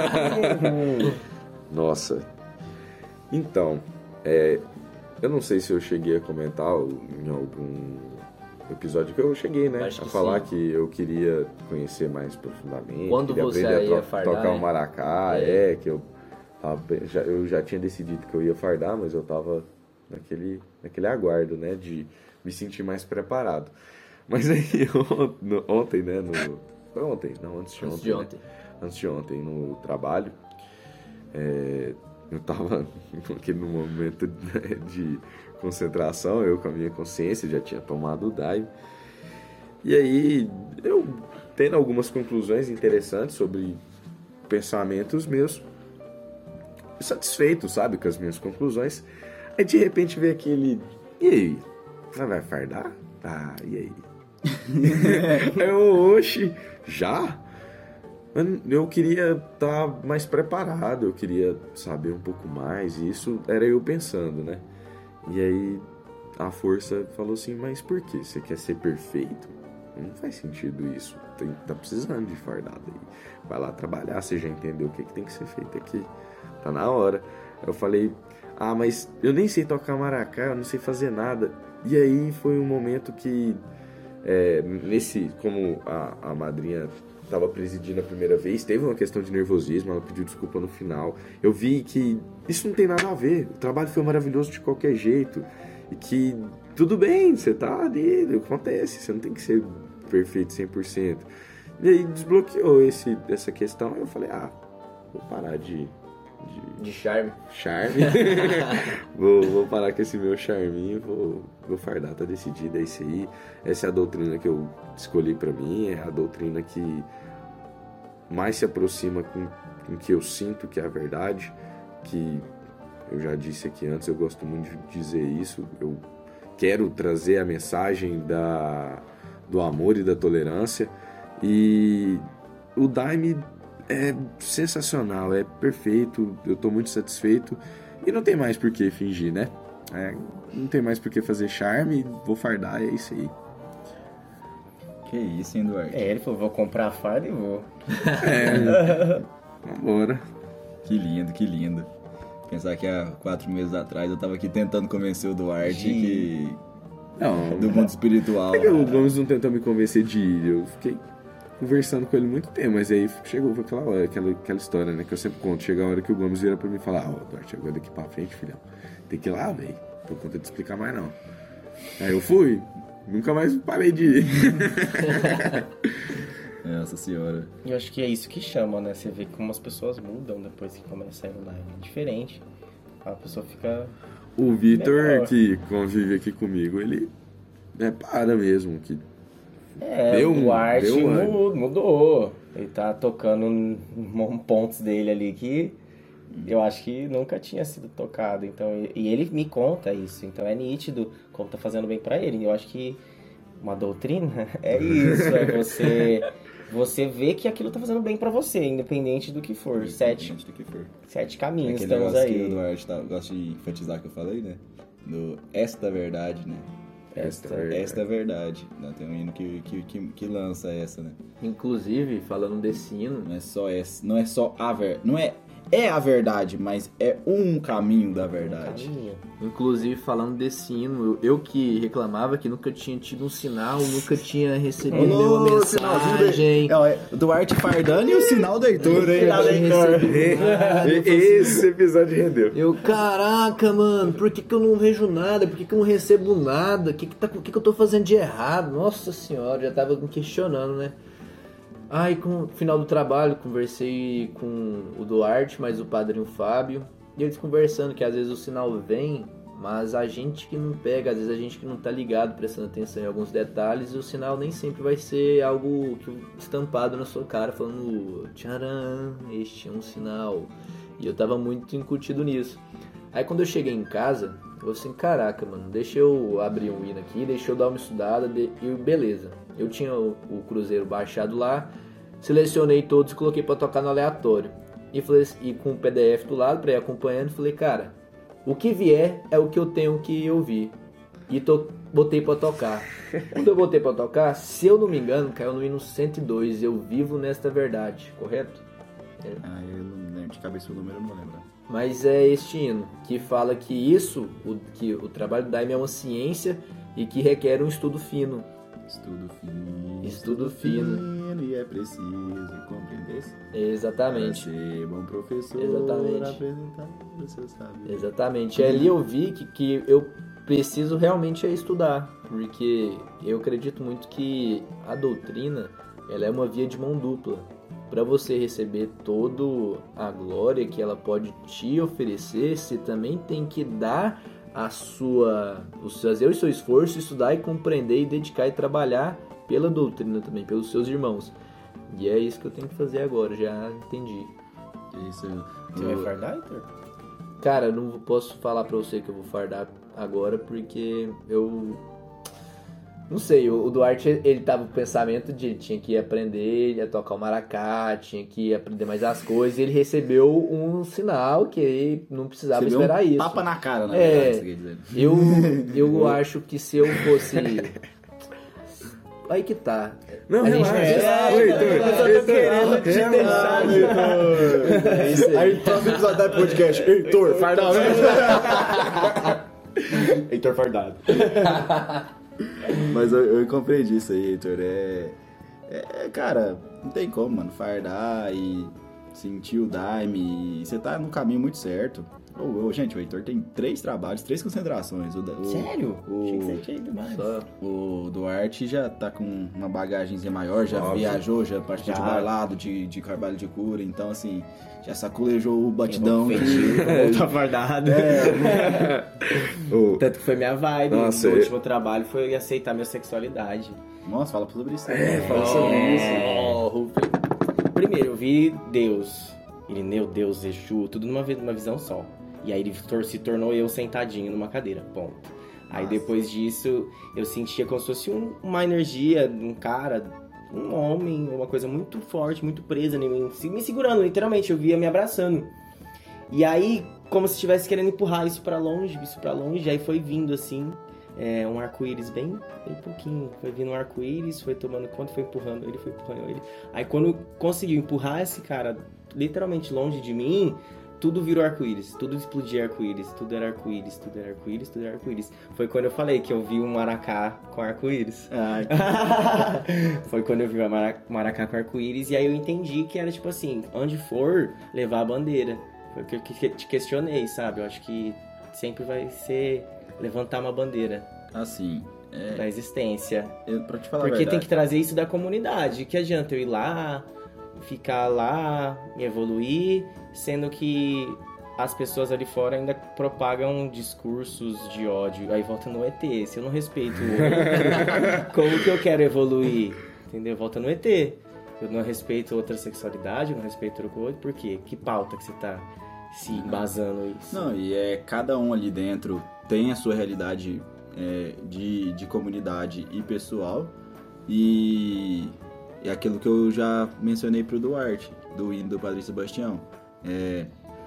Nossa. Então, é, eu não sei se eu cheguei a comentar em algum episódio que eu cheguei, né? Acho A que falar sim. que eu queria conhecer mais profundamente. Quando queria você aprender a ia to- fardar, tocar o né? maracá, É. é, que eu, tava bem- já, eu já tinha decidido que eu ia fardar, mas eu tava naquele, naquele aguardo, né? De me sentir mais preparado. Mas aí, on- no- ontem, né? No, foi ontem, não, antes de Antes ontem. de né? ontem. Antes de ontem, no trabalho, é, eu tava naquele momento de concentração, eu com a minha consciência já tinha tomado o daime. E aí, eu tendo algumas conclusões interessantes sobre pensamentos meus, satisfeito, sabe, com as minhas conclusões. Aí de repente veio aquele, e aí, ah, vai fardar? Ah, e aí? Eu, oxe, já? Eu queria estar mais preparado, eu queria saber um pouco mais, e isso era eu pensando, né? E aí a força falou assim, mas por quê? Você quer ser perfeito? Não faz sentido isso, tem, tá precisando de fardado aí. Vai lá trabalhar, você já entendeu o que, que tem que ser feito aqui, tá na hora. Eu falei, ah, mas eu nem sei tocar maracá, eu não sei fazer nada. E aí foi um momento que, é, nesse, como a, a madrinha estava presidindo a primeira vez, teve uma questão de nervosismo, ela pediu desculpa no final. Eu vi que isso não tem nada a ver, o trabalho foi maravilhoso de qualquer jeito, e que tudo bem, você tá ali, acontece, você não tem que ser perfeito cem por cento. E aí desbloqueou esse, essa questão, e eu falei, ah, vou parar de... De, de charme. Charme. vou, vou parar com esse meu charminho, vou, vou fardar, tá decidido, é isso aí. Essa é a doutrina que eu escolhi pra mim, é a doutrina que mais se aproxima com o que eu sinto que é a verdade, que eu já disse aqui antes, eu gosto muito de dizer isso, eu quero trazer a mensagem da, do amor e da tolerância, e o Daime é sensacional, é perfeito, eu tô muito satisfeito e não tem mais por que fingir, né? É, não tem mais por que fazer charme, vou fardar, é isso aí. Que isso, hein, Duarte? É, ele falou, vou comprar a farda e vou. É, vambora. Que lindo, que lindo. Pensar que há quatro meses atrás eu tava aqui tentando convencer o Duarte que... Não, do mundo espiritual. é que o Gomes não tentou me convencer de ir, eu fiquei conversando com ele muito tempo, mas aí chegou aquela hora, aquela, aquela história, né, que eu sempre conto, chega a hora que o Gomes vira pra mim e fala, ó, oh, Duarte, agora daqui pra frente, filhão, tem que ir lá, velho, tô com conta de explicar mais não. Aí eu fui, nunca mais parei de ir. Nossa senhora. E eu acho que é isso que chama, né, você vê como as pessoas mudam depois que começa a ir online, é diferente, a pessoa fica... O Vitor, melhor. que convive aqui comigo, ele é para mesmo, que É, Deu o um- Duarte deu um- mudou, mudou. Ele tá tocando um, um pontos dele ali que eu acho que nunca tinha sido tocado. Então, e, e ele me conta isso. Então é nítido como tá fazendo bem pra ele. Eu acho que uma doutrina é isso. É você, você ver que aquilo tá fazendo bem pra você, independente do que for. Sete, Do que for. sete É caminhos aquele estamos negócio que o aí. Duarte tá, gosta de enfatizar que eu falei, né? Do esta verdade, né? Esta, Esta é a verdade. Né? Tem um hino que, que, que, que lança essa, né? Inclusive, falando desse hino, Não é só essa, não é só a verdade. Não é, é a verdade, mas é um caminho da verdade. caminho. inclusive falando desse hino, eu, eu que reclamava que nunca tinha tido um sinal, nunca tinha recebido nenhuma mensagem. O Duarte fardando e o sinal do Heitor, hein? Sinal do Heitor. Esse episódio rendeu. Eu, caraca, mano, por que, que eu não vejo nada? Por que, que eu não recebo nada? O que, que, tá, o que, que eu tô fazendo de errado? Nossa senhora, já tava me questionando, né? Aí, com o final do trabalho, conversei com o Duarte, mais o padrinho Fábio, e eles conversando que às vezes o sinal vem, mas a gente que não pega, às vezes a gente que não tá ligado, prestando atenção em alguns detalhes, e o sinal nem sempre vai ser algo que, estampado na sua cara, falando, tcharam, este é um sinal. E eu tava muito incutido nisso. Aí quando eu cheguei em casa, eu falei assim, caraca, mano, deixa eu abrir um hino aqui, deixa eu dar uma estudada, de... e beleza. Eu tinha o, o Cruzeiro baixado lá, selecionei todos e coloquei pra tocar no aleatório. E, falei, e com o P D F do lado, pra ir acompanhando, falei, cara, o que vier é o que eu tenho que ouvir. E to... botei pra tocar. Quando eu botei pra tocar, se eu não me engano, caiu no hino cento e dois, eu vivo nesta verdade, correto? Ah, eu não lembro de cabeça o número, eu não vou lembrar. Mas é este hino, que fala que isso, o, que o trabalho do Daime é uma ciência e que requer um estudo fino. Estudo fino. Estudo fino. E é preciso compreender. Exatamente. Para ser bom professor. Exatamente. Apresentar o seu saber. Exatamente. E ali eu vi que, que eu preciso realmente é estudar, porque eu acredito muito que a doutrina ela é uma via de mão dupla. Para você receber toda a glória que ela pode te oferecer, você também tem que dar a sua, fazer o seu esforço, estudar e compreender e dedicar e trabalhar pela doutrina também, pelos seus irmãos. E é isso que eu tenho que fazer agora, já entendi. Isso. Você vai fardar, Heitor? Cara, eu não posso falar pra você que eu vou fardar agora, porque eu Não sei, o Duarte, ele tava com o pensamento de tinha que aprender a tocar o maracá, tinha que aprender mais as coisas, e ele recebeu um sinal que ele não precisava Recebeu esperar um isso. tapa na cara, na É, verdade, você quer dizer. Eu, eu acho que se eu fosse... Aí que tá. Não, A gente relaxa. é, Oi, é, Heitor, eu tô Heitor, querendo te relaxa, deixar. É isso aí. Aí, próximo episódio da podcast, Heitor, fardado. Heitor fardado. Mas eu, eu compreendi isso aí, Heitor. É, é, cara, não tem como, mano, fardar e sentir o Daime. Você tá no caminho muito certo. Ô, ô, gente, o Heitor tem três trabalhos, três concentrações. O, o, Sério? O, Achei que você tinha ido mais. Só- o Duarte já tá com uma bagagenzinha maior, já Óbvio. viajou, já participou de Já. bailado, de, de trabalho de cura. Então, assim, já saculejou o batidão. Eu tô fardado. Ô, Tanto que foi minha vibe. Nossa, o eu- último trabalho foi aceitar minha sexualidade. Nossa, fala sobre isso. É, fala sobre isso. Oh, Rufem. Primeiro, eu vi Deus, Irineu, Deus, Exu, tudo numa, vi- numa visão só. E aí ele tor- se tornou eu sentadinho numa cadeira, ponto. Aí Nossa. depois disso, eu sentia como se fosse um- uma energia, um cara, um homem, uma coisa muito forte, muito presa em mim, se- me segurando, literalmente, eu via me abraçando. E aí, como se estivesse querendo empurrar isso pra longe, isso pra longe, aí foi vindo assim, é, um arco-íris bem, bem pouquinho. Foi vindo um arco-íris, foi tomando conta, foi empurrando ele, foi empurrando ele. Aí quando conseguiu empurrar esse cara literalmente longe de mim, tudo virou arco-íris, tudo explodia arco-íris, tudo era arco-íris, tudo era arco-íris, tudo era arco-íris. Foi quando eu falei que eu vi um maracá com arco-íris. Ai, Foi quando eu vi o mara- maracá com arco-íris e aí eu entendi que era tipo assim, onde for, levar a bandeira. Foi o que eu que- te questionei, sabe? Eu acho que sempre vai ser levantar uma bandeira assim, é, da existência. eu, pra te falar Porque a tem verdade, que trazer isso da comunidade. Que adianta eu ir lá, ficar lá, evoluir, sendo que as pessoas ali fora ainda propagam discursos de ódio. Aí volta no E T. Se eu não respeito o outro, como que eu quero evoluir? Entendeu? Volta no E T. Eu não respeito outra sexualidade, eu não respeito outro coisa. Por quê? Que pauta que você tá se embasando isso? Não, e é cada um ali dentro tem a sua realidade é, de, de comunidade e pessoal. E é aquilo que eu já mencionei pro Duarte, do hino do Padre Sebastião. É,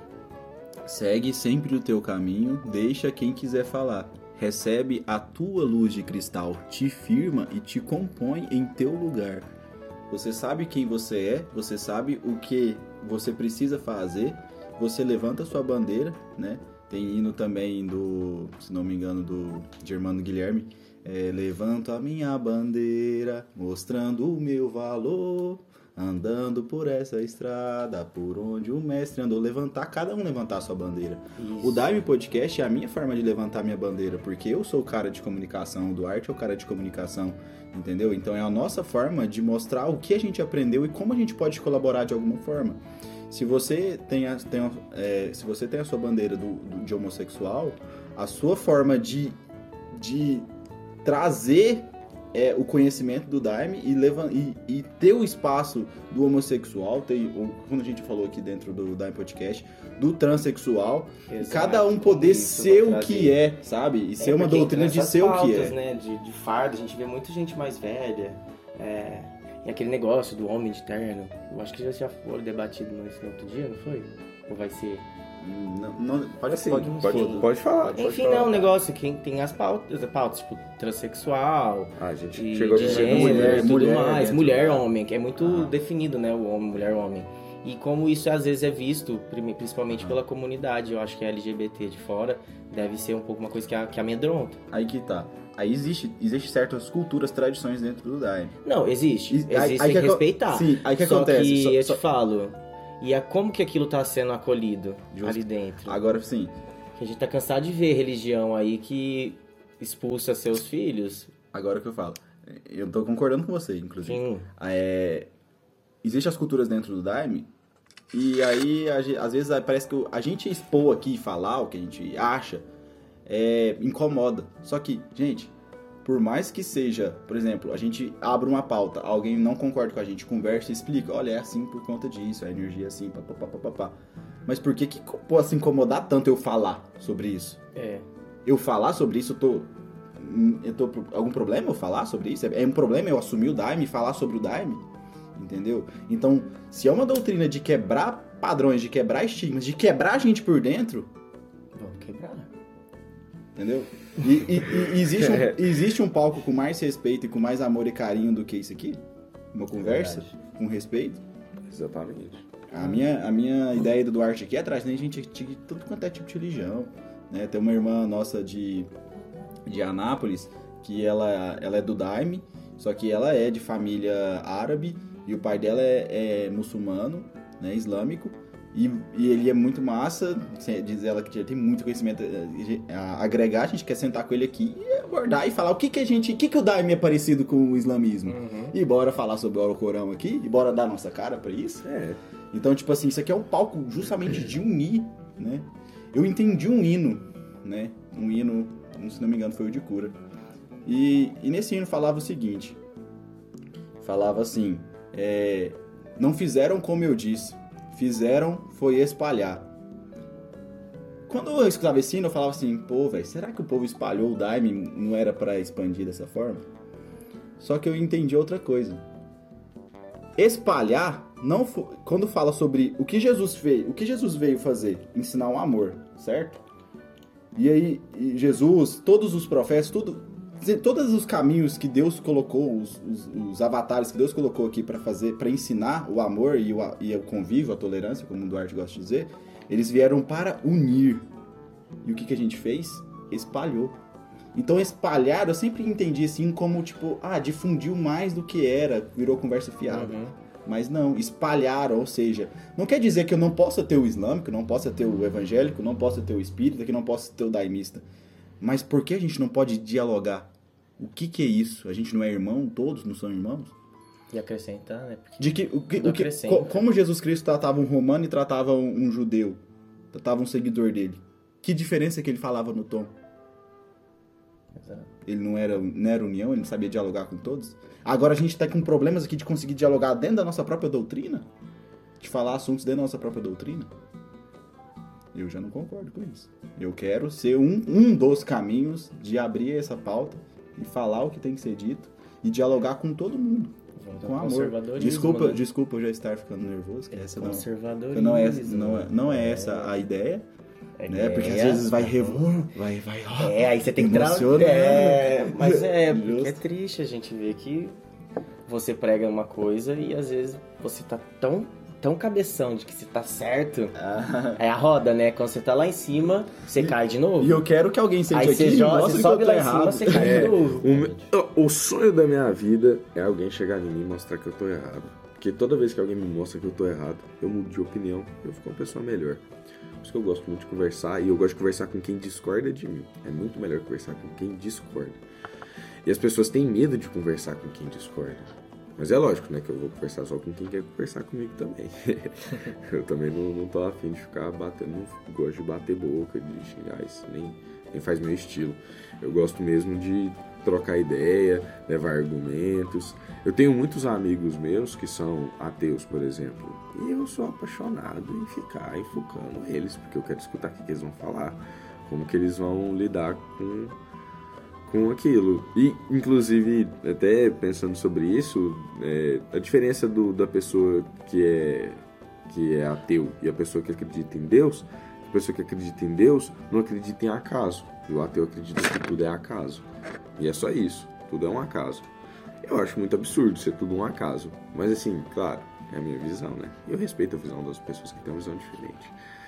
segue sempre o teu caminho, deixa quem quiser falar. Recebe a tua luz de cristal, te firma e te compõe em teu lugar. Você sabe quem você é, você sabe o que você precisa fazer, você levanta a sua bandeira, né? Tem hino também do, se não me engano, do Germano Guilherme, é, levanto a minha bandeira, mostrando o meu valor, andando por essa estrada, por onde o mestre andou. Levantar, cada um levantar a sua bandeira. Isso. O Daime Podcast é a minha forma de levantar minha bandeira, porque eu sou o cara de comunicação, o Duarte é o cara de comunicação, entendeu? Então é a nossa forma de mostrar o que a gente aprendeu e como a gente pode colaborar de alguma forma. Se você tem a, tem a, é, se você tem a sua bandeira do, do- de homossexual, a sua forma de, de trazer é, o conhecimento do Daime e, leva, e, e ter o espaço do homossexual, ter, o- quando a gente falou aqui dentro do Daime Podcast, do transexual, e Exato, cada um poder isso, ser vai o que trazer. é, sabe? E ser É, uma porque doutrina entra de nessas ser o que pautas, é. Né? De, de fardo, a gente vê muita gente mais velha. É, e aquele negócio do homem de terno. Eu acho que já, já foi debatido nesse outro dia, não foi? Ou vai ser? Não, não, pode, Assim, pode, pode, foda. pode falar. pode Enfim, falar. não, o negócio que tem as pautas, pautas tipo transexual, Ah, a gente de, chegou de a gênero mulher, e tudo mulher mais. dentro Mulher, da- homem, que é muito Ah. definido, né? O homem, mulher, homem. E como isso às vezes é visto, prim- principalmente Ah. pela comunidade, eu acho que a L G B T de fora deve ser um pouco uma coisa que, a, que amedronta. Aí que tá. Aí existe, existe certas culturas, tradições dentro do Daime. Não, existe. E- Existe aí- aí tem que que aco- respeitar. Sim, aí que Só acontece. que Só- eu só- te falo, e a, como que aquilo tá sendo acolhido Justo. ali dentro? Agora sim, Que a gente tá cansado de ver religião aí que expulsa seus filhos. agora que eu falo. Eu tô concordando com você, inclusive. Sim. É, existem as culturas dentro do Daime, e aí a ge- às vezes parece que a gente expor aqui e falar o que a gente acha é, incomoda. Só que, gente, por mais que seja, por exemplo, a gente abre uma pauta, alguém não concorda com a gente, conversa e explica, olha, é assim por conta disso, a energia é assim, papapá, papapá. Mas por que que possa incomodar tanto eu falar sobre isso? É. Eu falar sobre isso, eu tô eu tô, algum problema eu falar sobre isso? É um problema eu assumir o Daime e falar sobre o Daime? Entendeu? Então, se é uma doutrina de quebrar padrões, de quebrar estigmas, de quebrar a gente por dentro... Vamos quebrar. Entendeu? E, e, e existe, um, existe um palco com mais respeito e com mais amor e carinho do que isso aqui? Uma conversa Verdade. com respeito? Exatamente. A minha, a minha ideia do Duarte aqui é atrás, né? A gente de tudo quanto é tipo de religião, né? Tem uma irmã nossa de, de Anápolis, que ela, ela é do Daime, só que ela é de família árabe, e o pai dela é, é muçulmano, né? Islâmico, e, e ele é muito massa, diz ela que já tem muito conhecimento a, a agregar, a gente quer sentar com ele aqui e abordar e falar o que que a gente, o que que o Daime é parecido com o islamismo. Uhum. E bora falar sobre o Alcorão aqui, e bora dar nossa cara pra isso. É. Então, tipo assim, isso aqui é um palco justamente de unir, né? Eu entendi um hino, né? Um hino, se não me engano, foi o de cura. E, e nesse hino falava o seguinte, falava assim, é, não fizeram como eu disse, fizeram foi espalhar. Quando eu escutava esse hino, eu falava assim, pô, velho, será que o povo espalhou o Daime, não era pra expandir dessa forma? Só que eu entendi outra coisa. Espalhar, não foi, quando fala sobre o que Jesus veio, o que Jesus veio fazer, ensinar o amor, certo? E aí, e Jesus, todos os profetas, tudo, todos os caminhos que Deus colocou, os, os, os avatares que Deus colocou aqui para fazer, para ensinar o amor e o, e o convívio, a tolerância, como o Duarte gosta de dizer, eles vieram para unir. E o que, que a gente fez? Espalhou. Então espalhar, eu sempre entendi assim como tipo, ah, difundiu mais do que era, virou conversa fiada. Uhum. Mas não, espalharam, ou seja, não quer dizer que eu não possa ter o islâmico, não possa ter o evangélico, não possa ter o espírita, que não possa ter o daimista. Mas por que a gente não pode dialogar? O que que é isso? A gente não é irmão? Todos não são irmãos? E acrescentar, né? Porque De que, o que, tudo o que, acrescenta. co- como Jesus Cristo tratava um romano e tratava um, um judeu? Tratava um seguidor dele? Que diferença que ele falava no tom? Exato. Ele não era, não era união, ele não sabia dialogar com todos. Agora a gente tá com problemas aqui de conseguir dialogar dentro da nossa própria doutrina? De falar assuntos dentro da nossa própria doutrina? Eu já não concordo com isso. Eu quero ser um, um dos caminhos de abrir essa pauta e falar o que tem que ser dito e dialogar com todo mundo. Volta Com ao amor. conservadorismo, Desculpa, né? desculpa eu já estar ficando nervoso, que essa não, Conservadorismo. não, é, não, é, não é essa a ideia, É né? Porque às ideia. vezes vai revor, vai, vai, ó, É, aí você tem que emociona. trazer. É, mas é, porque Justo. é triste a gente ver que você prega uma coisa e às vezes você tá tão, tão cabeção de que você tá certo. Ah, É a roda, né? Quando você tá lá em cima, você cai de novo. e eu quero que alguém sente Aí aqui você, e joga, mostre você que eu sobe tô lá em cima, errado. você cai É, de novo. o, me- o sonho da minha vida é alguém chegar em mim e mostrar que eu tô errado. Porque toda vez que alguém me mostra que eu tô errado, eu mudo de opinião, eu fico uma pessoa melhor. Por isso que eu gosto muito de conversar, e eu gosto de conversar com quem discorda de mim. É muito melhor conversar com quem discorda. E as pessoas têm medo de conversar com quem discorda. Mas é lógico, né, que eu vou conversar só com quem quer conversar comigo também. Eu também não, não tô afim de ficar batendo, não gosto de bater boca, de xingar, isso nem, nem faz meu estilo. Eu gosto mesmo de trocar ideia, levar argumentos. Eu tenho muitos amigos meus que são ateus, por exemplo, e eu sou apaixonado em ficar enfucando eles, porque eu quero escutar o que eles vão falar, como que eles vão lidar com... com aquilo. E, inclusive, até pensando sobre isso, é, a diferença do, da pessoa que é, que é ateu e a pessoa que acredita em Deus, a pessoa que acredita em Deus não acredita em acaso. E o ateu acredita que tudo é acaso. E é só isso. Tudo é um acaso. Eu acho muito absurdo ser tudo um acaso. Mas, assim, claro, é a minha visão, né? E eu respeito a visão das pessoas que têm uma visão diferente.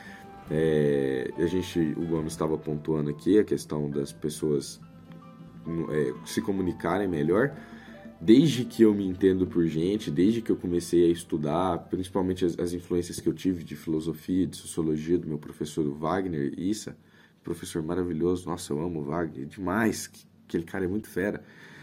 É, a gente, o Gomes estava pontuando aqui a questão das pessoas... É, se comunicarem melhor. Desde que eu me entendo por gente, desde que eu comecei a estudar, principalmente as, as influências que eu tive de filosofia, de sociologia, do meu professor Wagner Issa, professor maravilhoso, nossa, eu amo o Wagner demais, que, aquele cara é muito fera.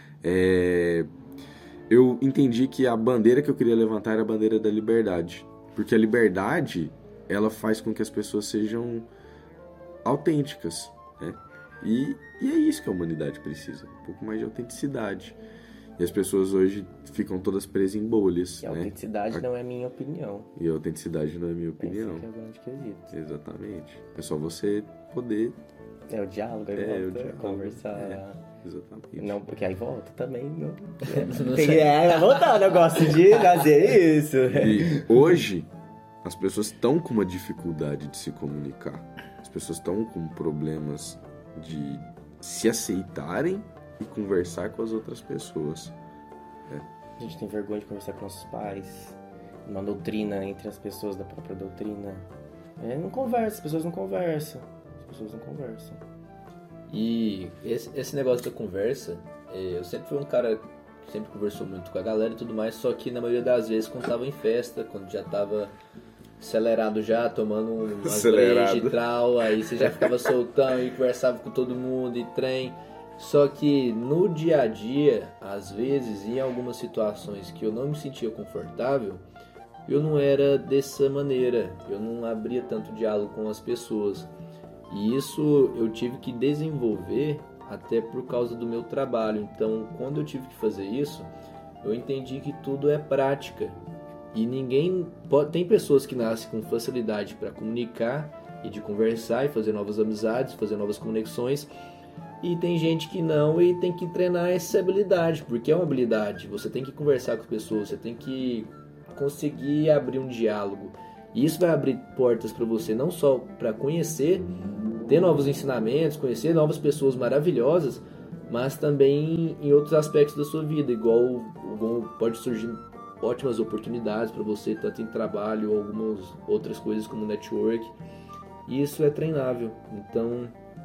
É, eu entendi que a bandeira que eu queria levantar era a bandeira da liberdade, porque a liberdade, ela faz com que as pessoas sejam autênticas, né? E, e é isso que a humanidade precisa, um pouco mais de autenticidade. E as pessoas hoje ficam todas presas em bolhas, E a né? autenticidade A- não é minha opinião. E a autenticidade não é minha opinião. Esse que é o grande quesito. Exatamente. É só você poder É o diálogo, aí É, volta, o diálogo, conversar. é. Exatamente. Não, porque aí volta também. Não, não tem, é, vai voltar, eu gosto de fazer isso. E hoje, as pessoas estão com uma dificuldade de se comunicar. As pessoas estão com problemas de se aceitarem e conversar com as outras pessoas. A gente tem vergonha de conversar com nossos pais. Uma doutrina entre as pessoas da própria doutrina. É, não conversa, as pessoas não conversam. As pessoas não conversam. E esse, esse negócio da conversa, é, eu sempre fui um cara que sempre conversou muito com a galera e tudo mais, só que na maioria das vezes quando tava em festa, quando já tava acelerado já, tomando umas brejas e tal, aí você já ficava soltando e conversava com todo mundo e trem. Só que no dia a dia, às vezes, em algumas situações que eu não me sentia confortável, eu não era dessa maneira, eu não abria tanto diálogo com as pessoas. E isso eu tive que desenvolver até por causa do meu trabalho. Então, quando eu tive que fazer isso, eu entendi que tudo é prática. E ninguém pode... Tem pessoas que nascem com facilidade para comunicar e de conversar e fazer novas amizades, fazer novas conexões. E tem gente que não e tem que treinar essa habilidade, porque é uma habilidade. Você tem que conversar com as pessoas, você tem que conseguir abrir um diálogo. E isso vai abrir portas para você, não só para conhecer, ter novos ensinamentos, conhecer novas pessoas maravilhosas, mas também em outros aspectos da sua vida, igual, igual pode surgir ótimas oportunidades para você, tanto em trabalho ou algumas outras coisas como network. E isso é treinável. Então,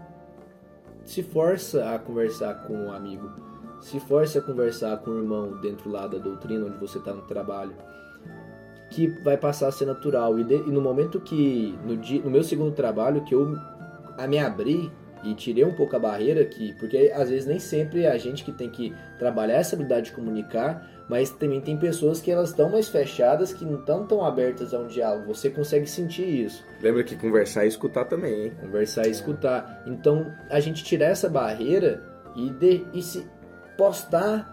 se força a conversar com um amigo, se força a conversar com um irmão dentro lá da doutrina onde você está no trabalho, que vai passar a ser natural. E, de, e no momento que, no, dia, no meu segundo trabalho, que eu a me abri e tirei um pouco a barreira, que, porque às vezes nem sempre é a gente que tem que trabalhar essa habilidade de comunicar, mas também tem pessoas que elas estão mais fechadas, que não estão tão abertas a um diálogo. Você consegue sentir isso. Lembra que conversar e escutar também, hein? Conversar e escutar. Então, a gente tirar essa barreira e, de, e se postar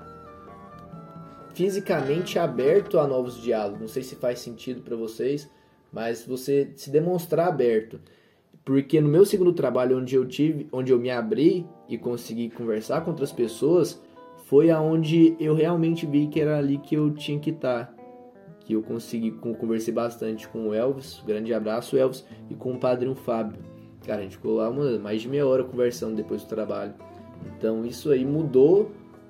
fisicamente aberto a novos diálogos. Não sei se faz sentido para vocês, mas você se demonstrar aberto. Porque no meu segundo trabalho, onde eu tive, onde eu me abri e consegui conversar com outras pessoas, foi aonde eu realmente vi que era ali que eu tinha que estar. Que eu consegui, conversei bastante com o Elvis, grande abraço Elvis, e com o padrinho Fábio. Cara, a gente ficou lá uma, mais de meia hora conversando depois do trabalho. Então isso aí mudou.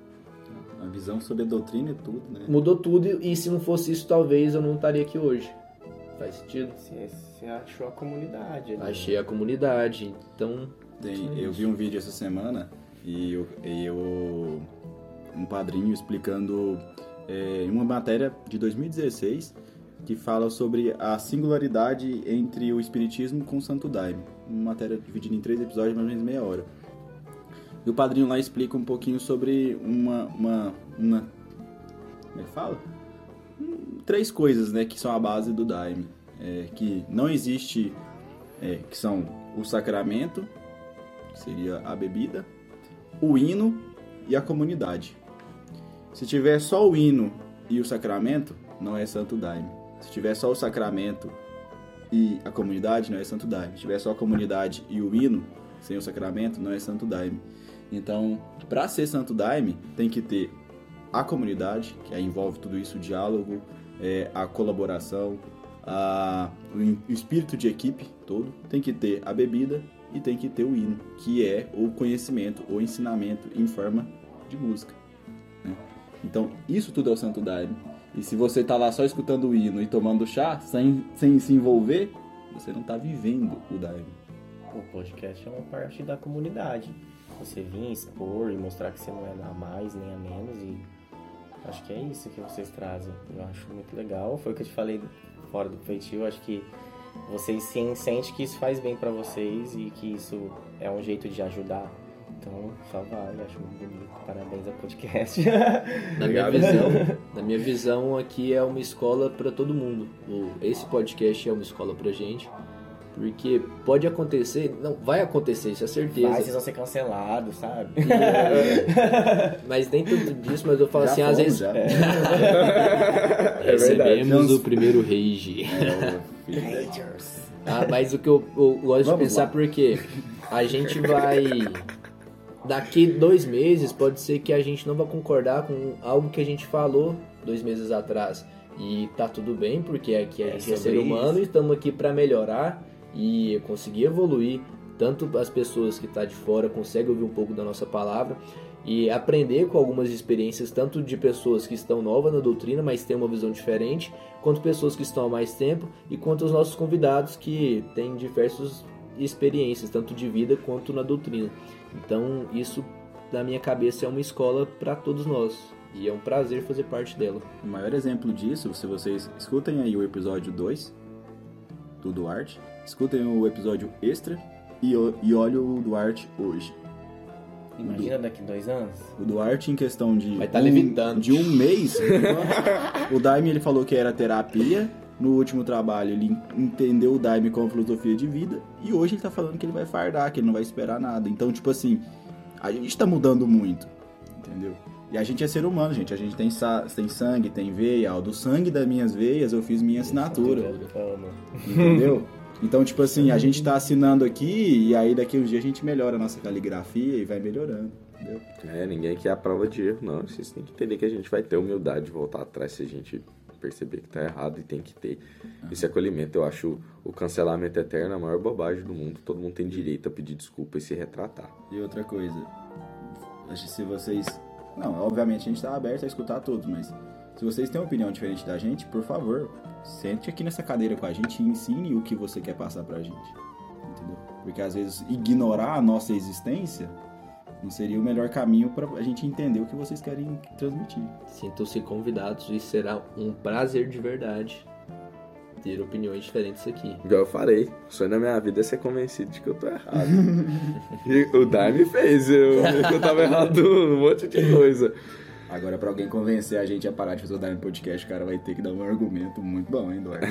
A visão sobre a doutrina e tudo, né? Mudou tudo, e se não fosse isso, talvez eu não estaria aqui hoje. Faz sentido? Você, você achou a comunidade ali. Achei a comunidade, então... Tem, eu vi um vídeo essa semana e eu, e eu um padrinho explicando é, uma matéria de dois mil e dezesseis que fala sobre a singularidade entre o espiritismo com o Santo Daime. Uma matéria dividida em três episódios, mais ou menos meia hora. E o padrinho lá explica um pouquinho sobre uma... uma, uma como é que fala? Hum, três coisas, né, que são a base do Daime. É, que não existe... É, que são o sacramento, que seria a bebida, o hino e a comunidade. Se tiver só o hino e o sacramento, não é Santo Daime. Se tiver só o sacramento e a comunidade, não é Santo Daime. Se tiver só a comunidade e o hino, sem o sacramento, não é Santo Daime. Então, para ser Santo Daime, tem que ter a comunidade, que aí envolve tudo isso, o diálogo, é, a colaboração, a, o espírito de equipe todo. Tem que ter a bebida e tem que ter o hino, que é o conhecimento, o ensinamento em forma de música, né? Então, isso tudo é o Santo Daime. E se você tá lá só escutando o hino e tomando chá, sem, sem se envolver, você não tá vivendo o Daime. O podcast é uma parte da comunidade. Você vir expor e mostrar que você não é a mais nem a menos, e acho que é isso que vocês trazem. Eu acho muito legal. Foi o que eu te falei fora do feitio. Acho que vocês sim sentem que isso faz bem pra vocês e que isso é um jeito de ajudar. Então, só vai, acho muito bonito. Parabéns ao podcast. Na minha visão, na minha visão, aqui é uma escola para todo mundo. Esse podcast é uma escola pra gente. Porque pode acontecer, não, vai acontecer, isso é certeza. Vai, vocês vão ser cancelados, sabe? É, mas nem tudo disso, mas eu falo Já assim, fomos, às vezes... já. É. Recebemos verdade. o primeiro rage. É, o filho. Ah, mas o que eu, eu gosto Vamos de pensar, lá. porque a gente vai... Daqui dois meses, pode ser que a gente não vá concordar com algo que a gente falou dois meses atrás. E tá tudo bem, porque aqui a gente é, é ser humano e estamos aqui para melhorar e conseguir evoluir. Tanto as pessoas que estão de fora conseguem ouvir um pouco da nossa palavra e aprender com algumas experiências, tanto de pessoas que estão novas na doutrina, mas têm uma visão diferente, quanto pessoas que estão há mais tempo e quanto os nossos convidados que têm diversas experiências, tanto de vida quanto na doutrina. Então, isso, na minha cabeça, é uma escola para todos nós. E é um prazer fazer parte dela. O maior exemplo disso, se vocês escutem aí o episódio dois do Duarte, escutem o episódio extra e, e olhem o Duarte hoje. Imagina daqui dois anos. O Duarte, em questão de, Vai tá um, levitando. de um mês, o Daime ele falou que era terapia. No último trabalho ele entendeu o Daime como filosofia de vida. E hoje ele tá falando que ele vai fardar, que ele não vai esperar nada. Então, tipo assim, a gente tá mudando muito, entendeu? E a gente é ser humano, gente. A gente tem, sa- tem sangue, tem veia. Ó, do sangue das minhas veias eu fiz minha assinatura. Entendeu? Então, tipo assim, a gente tá assinando aqui e aí daqui uns dias a gente melhora a nossa caligrafia e vai melhorando, entendeu? É, ninguém quer a prova de erro, não. Vocês têm que entender que a gente vai ter humildade de voltar atrás se a gente perceber que tá errado e tem que ter esse acolhimento. Eu acho o cancelamento eterno a maior bobagem do mundo. Todo mundo tem direito a pedir desculpa e se retratar. E outra coisa, se vocês... Não, obviamente a gente tá aberto a escutar todos, mas se vocês têm uma opinião diferente da gente, por favor, sente aqui nessa cadeira com a gente e ensine o que você quer passar pra gente, entendeu? Porque às vezes ignorar a nossa existência não seria o melhor caminho pra a gente entender o que vocês querem transmitir. Sintam-se convidados e será um prazer de verdade ter opiniões diferentes aqui. Igual eu falei, o sonho da minha vida é ser convencido de que eu tô errado. E o Daime fez, eu vi que eu tava errado num monte de coisa. Agora, pra alguém convencer a gente a parar de fazer o Daime Podcast, o cara vai ter que dar um argumento muito bom, hein, Eduardo?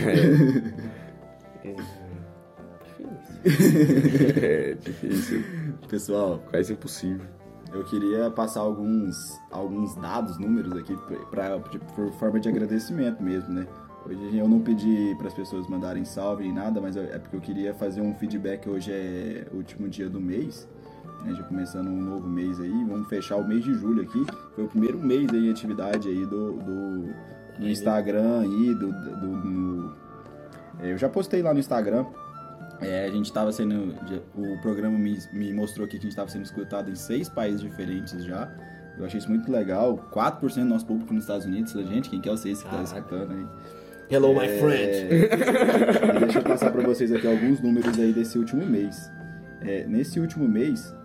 É difícil. Pessoal, Quase impossível. eu queria passar alguns, alguns dados, números aqui, pra, pra, por forma de agradecimento mesmo, né? Hoje eu não pedi para as pessoas mandarem salve nem nada, mas é porque eu queria fazer um feedback. Hoje é o último dia do mês, né? Já começando um novo mês aí, vamos fechar o mês de julho aqui. Foi o primeiro mês aí em atividade aí do, do, do Instagram aí, do, do, do, eu já postei lá no Instagram. É, a gente estava sendo, o programa me, me mostrou aqui que a gente estava sendo escutado em seis países diferentes já. Eu achei isso muito legal. quatro por cento do nosso público nos Estados Unidos. Gente, quem que é vocês que está escutando aí? Hello, my É, friend. Deixa eu passar para vocês aqui alguns números aí desse último mês. É, nesse último mês,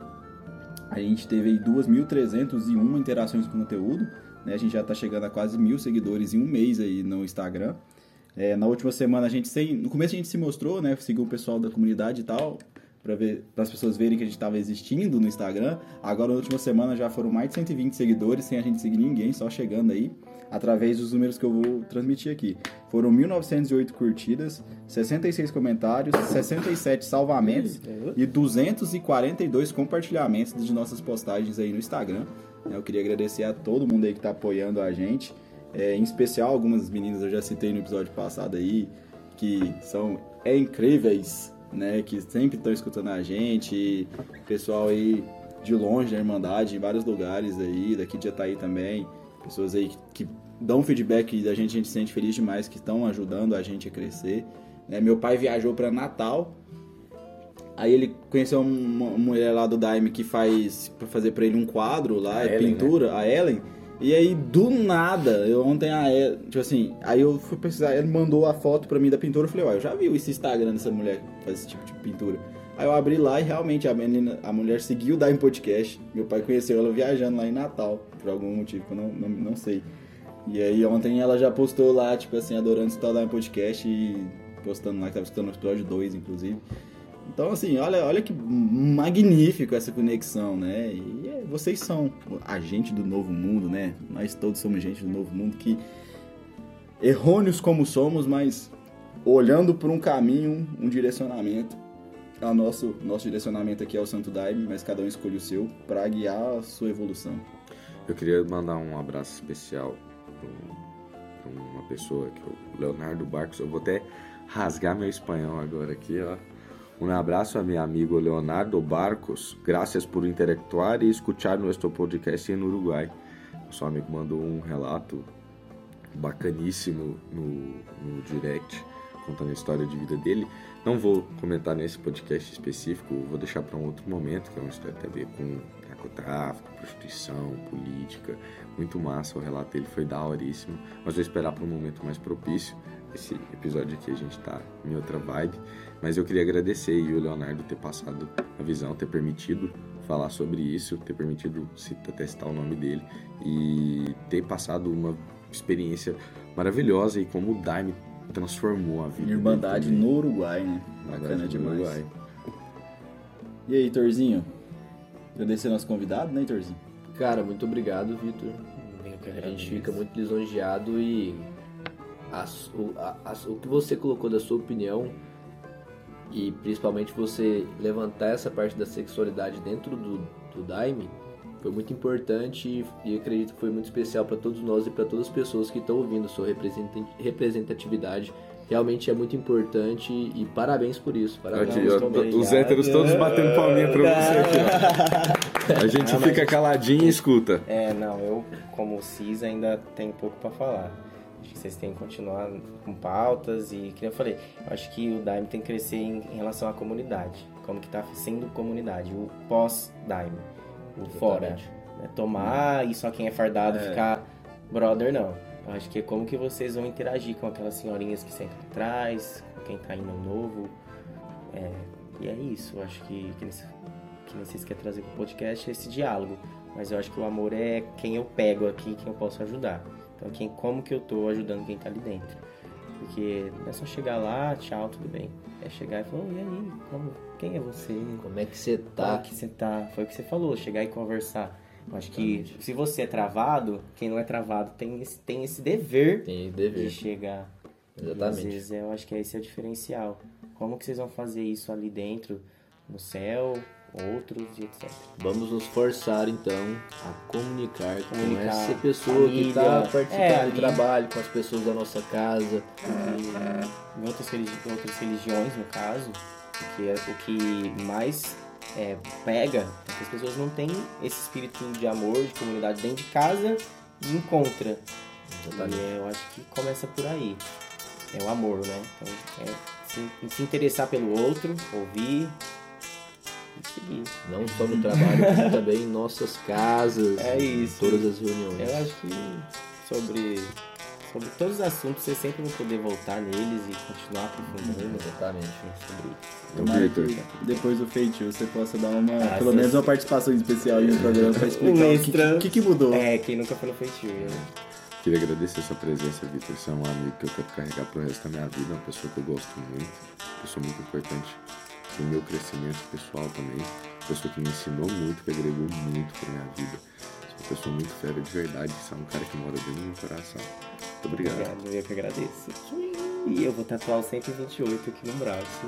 a gente teve aí duas mil trezentas e uma interações com conteúdo, né? A gente já está chegando a quase mil seguidores em um mês aí no Instagram. É, na última semana, a gente sem, no começo a gente se mostrou, né? Seguiu o pessoal da comunidade e tal, para ver, para as pessoas verem que a gente estava existindo no Instagram. Agora, na última semana, já foram mais de cento e vinte seguidores, sem a gente seguir ninguém, só chegando aí, através dos números que eu vou transmitir aqui. Foram mil novecentas e oito curtidas, sessenta e seis comentários, sessenta e sete salvamentos e duzentos e quarenta e dois compartilhamentos de nossas postagens aí no Instagram. Eu queria agradecer a todo mundo aí que está apoiando a gente. É, em especial, algumas meninas eu já citei no episódio passado aí, que são é, incríveis, né, que sempre estão escutando a gente, pessoal aí de longe da Irmandade, em vários lugares aí, daqui de Jataí também, pessoas aí que, que dão feedback da gente, a gente se sente feliz demais, que estão ajudando a gente a crescer, né? Meu pai viajou para Natal, aí ele conheceu uma mulher lá do Daime que faz, para fazer para ele um quadro lá, é pintura, né? A Ellen. E aí, do nada, eu ontem, a Ellen, tipo assim, aí eu fui pesquisar, ele mandou a foto pra mim da pintura, eu falei, ó, eu já vi esse Instagram dessa mulher que faz esse tipo de pintura. Aí eu abri lá e realmente a, menina, a mulher seguiu o Daime Podcast, meu pai conheceu ela viajando lá em Natal, por algum motivo que eu não, não, não sei. E aí ontem ela já postou lá, tipo assim, adorando escutar o Daime Podcast e postando lá, que tava escutando o episódio dois, inclusive. Então, assim, olha, olha que magnífico essa conexão, né? E é, vocês são a gente do novo mundo, né? Nós todos somos gente do novo mundo que, errôneos como somos, mas olhando por um caminho, um direcionamento. O nosso, nosso direcionamento aqui é o Santo Daime, mas cada um escolhe o seu para guiar a sua evolução. Eu queria mandar um abraço especial para uma pessoa, que é o Leonardo Barcos. Eu vou até rasgar meu espanhol agora aqui, ó. Un abrazo a mi amigo Leonardo Barcos. Gracias por interactuar y escuchar nuestro podcast en Uruguai. O seu amigo mandou um relato bacaníssimo no, no direct, contando a história de vida dele. Não vou comentar nesse podcast específico, vou deixar para um outro momento, que é uma história que tem a ver com narcotráfico, prostituição, política. Muito massa, o relato dele foi daoríssimo, mas vou esperar para um momento mais propício. Esse episódio aqui a gente tá em outra vibe, mas eu queria agradecer e o Leonardo ter passado a visão, ter permitido falar sobre isso, ter permitido citar, até citar o nome dele e ter passado uma experiência maravilhosa e como o Daime transformou a vida. Irmandade no Uruguai, né? Bacana no demais. Uruguai. E aí, Heitorzinho? Agradecer nosso convidado, né, Heitorzinho? Cara, muito obrigado, Vitor. Eu que A gente agradeço. fica muito lisonjeado e as- o, a- as- o que você colocou da sua opinião e principalmente você levantar essa parte da sexualidade dentro do, do Daime foi muito importante e, e acredito que foi muito especial para todos nós e para todas as pessoas que estão ouvindo. Sua representa- representatividade realmente é muito importante e, e parabéns por isso. Parabéns. Aqui, ó, muito os héteros todos batendo palminha pra você aqui, ó. A gente Não, mas- fica caladinho e escuta. É, não, eu como cis ainda tenho pouco pra falar. Acho que vocês têm que continuar com pautas e, que eu falei, eu acho que o Daime tem que crescer em, em relação à comunidade. Como que tá sendo comunidade, o pós-Daime, o fora. Exatamente. Né? Tomar e só quem é fardado ficar brother, não. Eu acho que é como que vocês vão interagir com aquelas senhorinhas que sentam atrás, com quem tá indo novo. É, e é isso, eu acho que, que, nesse, que vocês querem trazer pro podcast é esse diálogo. Mas eu acho que o amor é quem eu pego aqui, quem eu posso ajudar. Então, quem, como que eu tô ajudando quem tá ali dentro? Porque não é só chegar lá, tchau, tudo bem. É chegar e falar, e aí, como, quem é você? Como é que você Como tá? que você tá? Foi o que você falou, chegar e conversar. Eu acho que se você é travado, quem não é travado tem esse, tem esse dever Tem de dever. chegar. E às Exatamente. vezes eu acho que esse é o diferencial. Como que vocês vão fazer isso ali dentro, no céu, outros e etcétera. Vamos nos forçar então a comunicar, Comunicar, com essa pessoa que família, está participando é, do ali. trabalho, com as pessoas da nossa casa. Em outras, religi- outras religiões, no caso, porque é o que mais é, pega é que as pessoas não têm esse espírito de amor, de comunidade dentro de casa e encontra. Exatamente. E eu acho que começa por aí. É o amor, né? Então, é se, se interessar pelo outro, ouvir e seguir. Não só no trabalho, como também em nossas casas, É em isso. todas as reuniões. Eu acho que sobre, sobre todos os assuntos, você sempre vai poder voltar neles e continuar aprofundando. Exatamente. É sobre isso. Tomara Vitor. que depois do feitio você possa dar uma, Ah, pelo sim. menos uma participação especial em um programa pra explicar Um o que, extra. que, que mudou. É, quem nunca foi no feitio, né? Queria agradecer a sua presença, Vitor. Você é um amigo que eu quero carregar pro resto da minha vida, uma pessoa que eu gosto muito, uma pessoa muito importante no meu crescimento pessoal também, uma pessoa que me ensinou muito, que agregou muito pra minha vida. Você é uma pessoa muito fera de verdade, você é um cara que mora dentro do meu coração. Muito obrigado. Obrigado, eu que agradeço. E eu vou tatuar o cento e vinte e oito aqui no braço.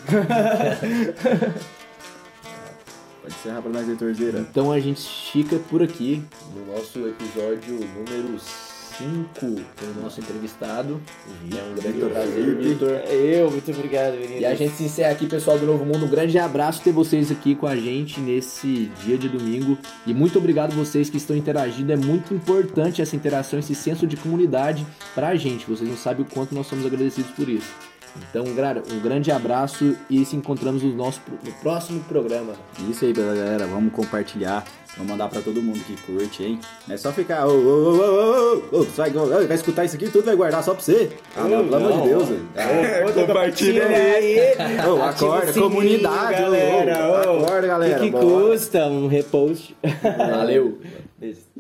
Pode encerrar pra nós, Heitorzeira. Então a gente fica por aqui no nosso episódio número cinco com o nosso entrevistado. É um grande prazer, Vitor. Eu, muito obrigado, menino. E a gente se encerra aqui, pessoal do Novo Mundo. Um grande abraço ter vocês aqui com a gente nesse dia de domingo. E muito obrigado vocês que estão interagindo. É muito importante essa interação, esse senso de comunidade pra gente. Vocês não sabem o quanto nós somos agradecidos por isso. Então, gra- um grande abraço e se encontramos no nosso no próximo programa. Isso aí, galera. Vamos compartilhar. Vamos mandar pra todo mundo que curte, hein? Não é só ficar. Ô, ô, ô, ô, ô, ô, sai, ô, vai escutar isso aqui, tudo vai guardar só pra você. Ah, não, pelo amor de Deus, velho. Compartilha aí. Ô, Ativa acorda, o sininho, comunidade, ô, ô, galera. Ô, acorda, galera, O que, que bora. custa um repost? Valeu! Beijo.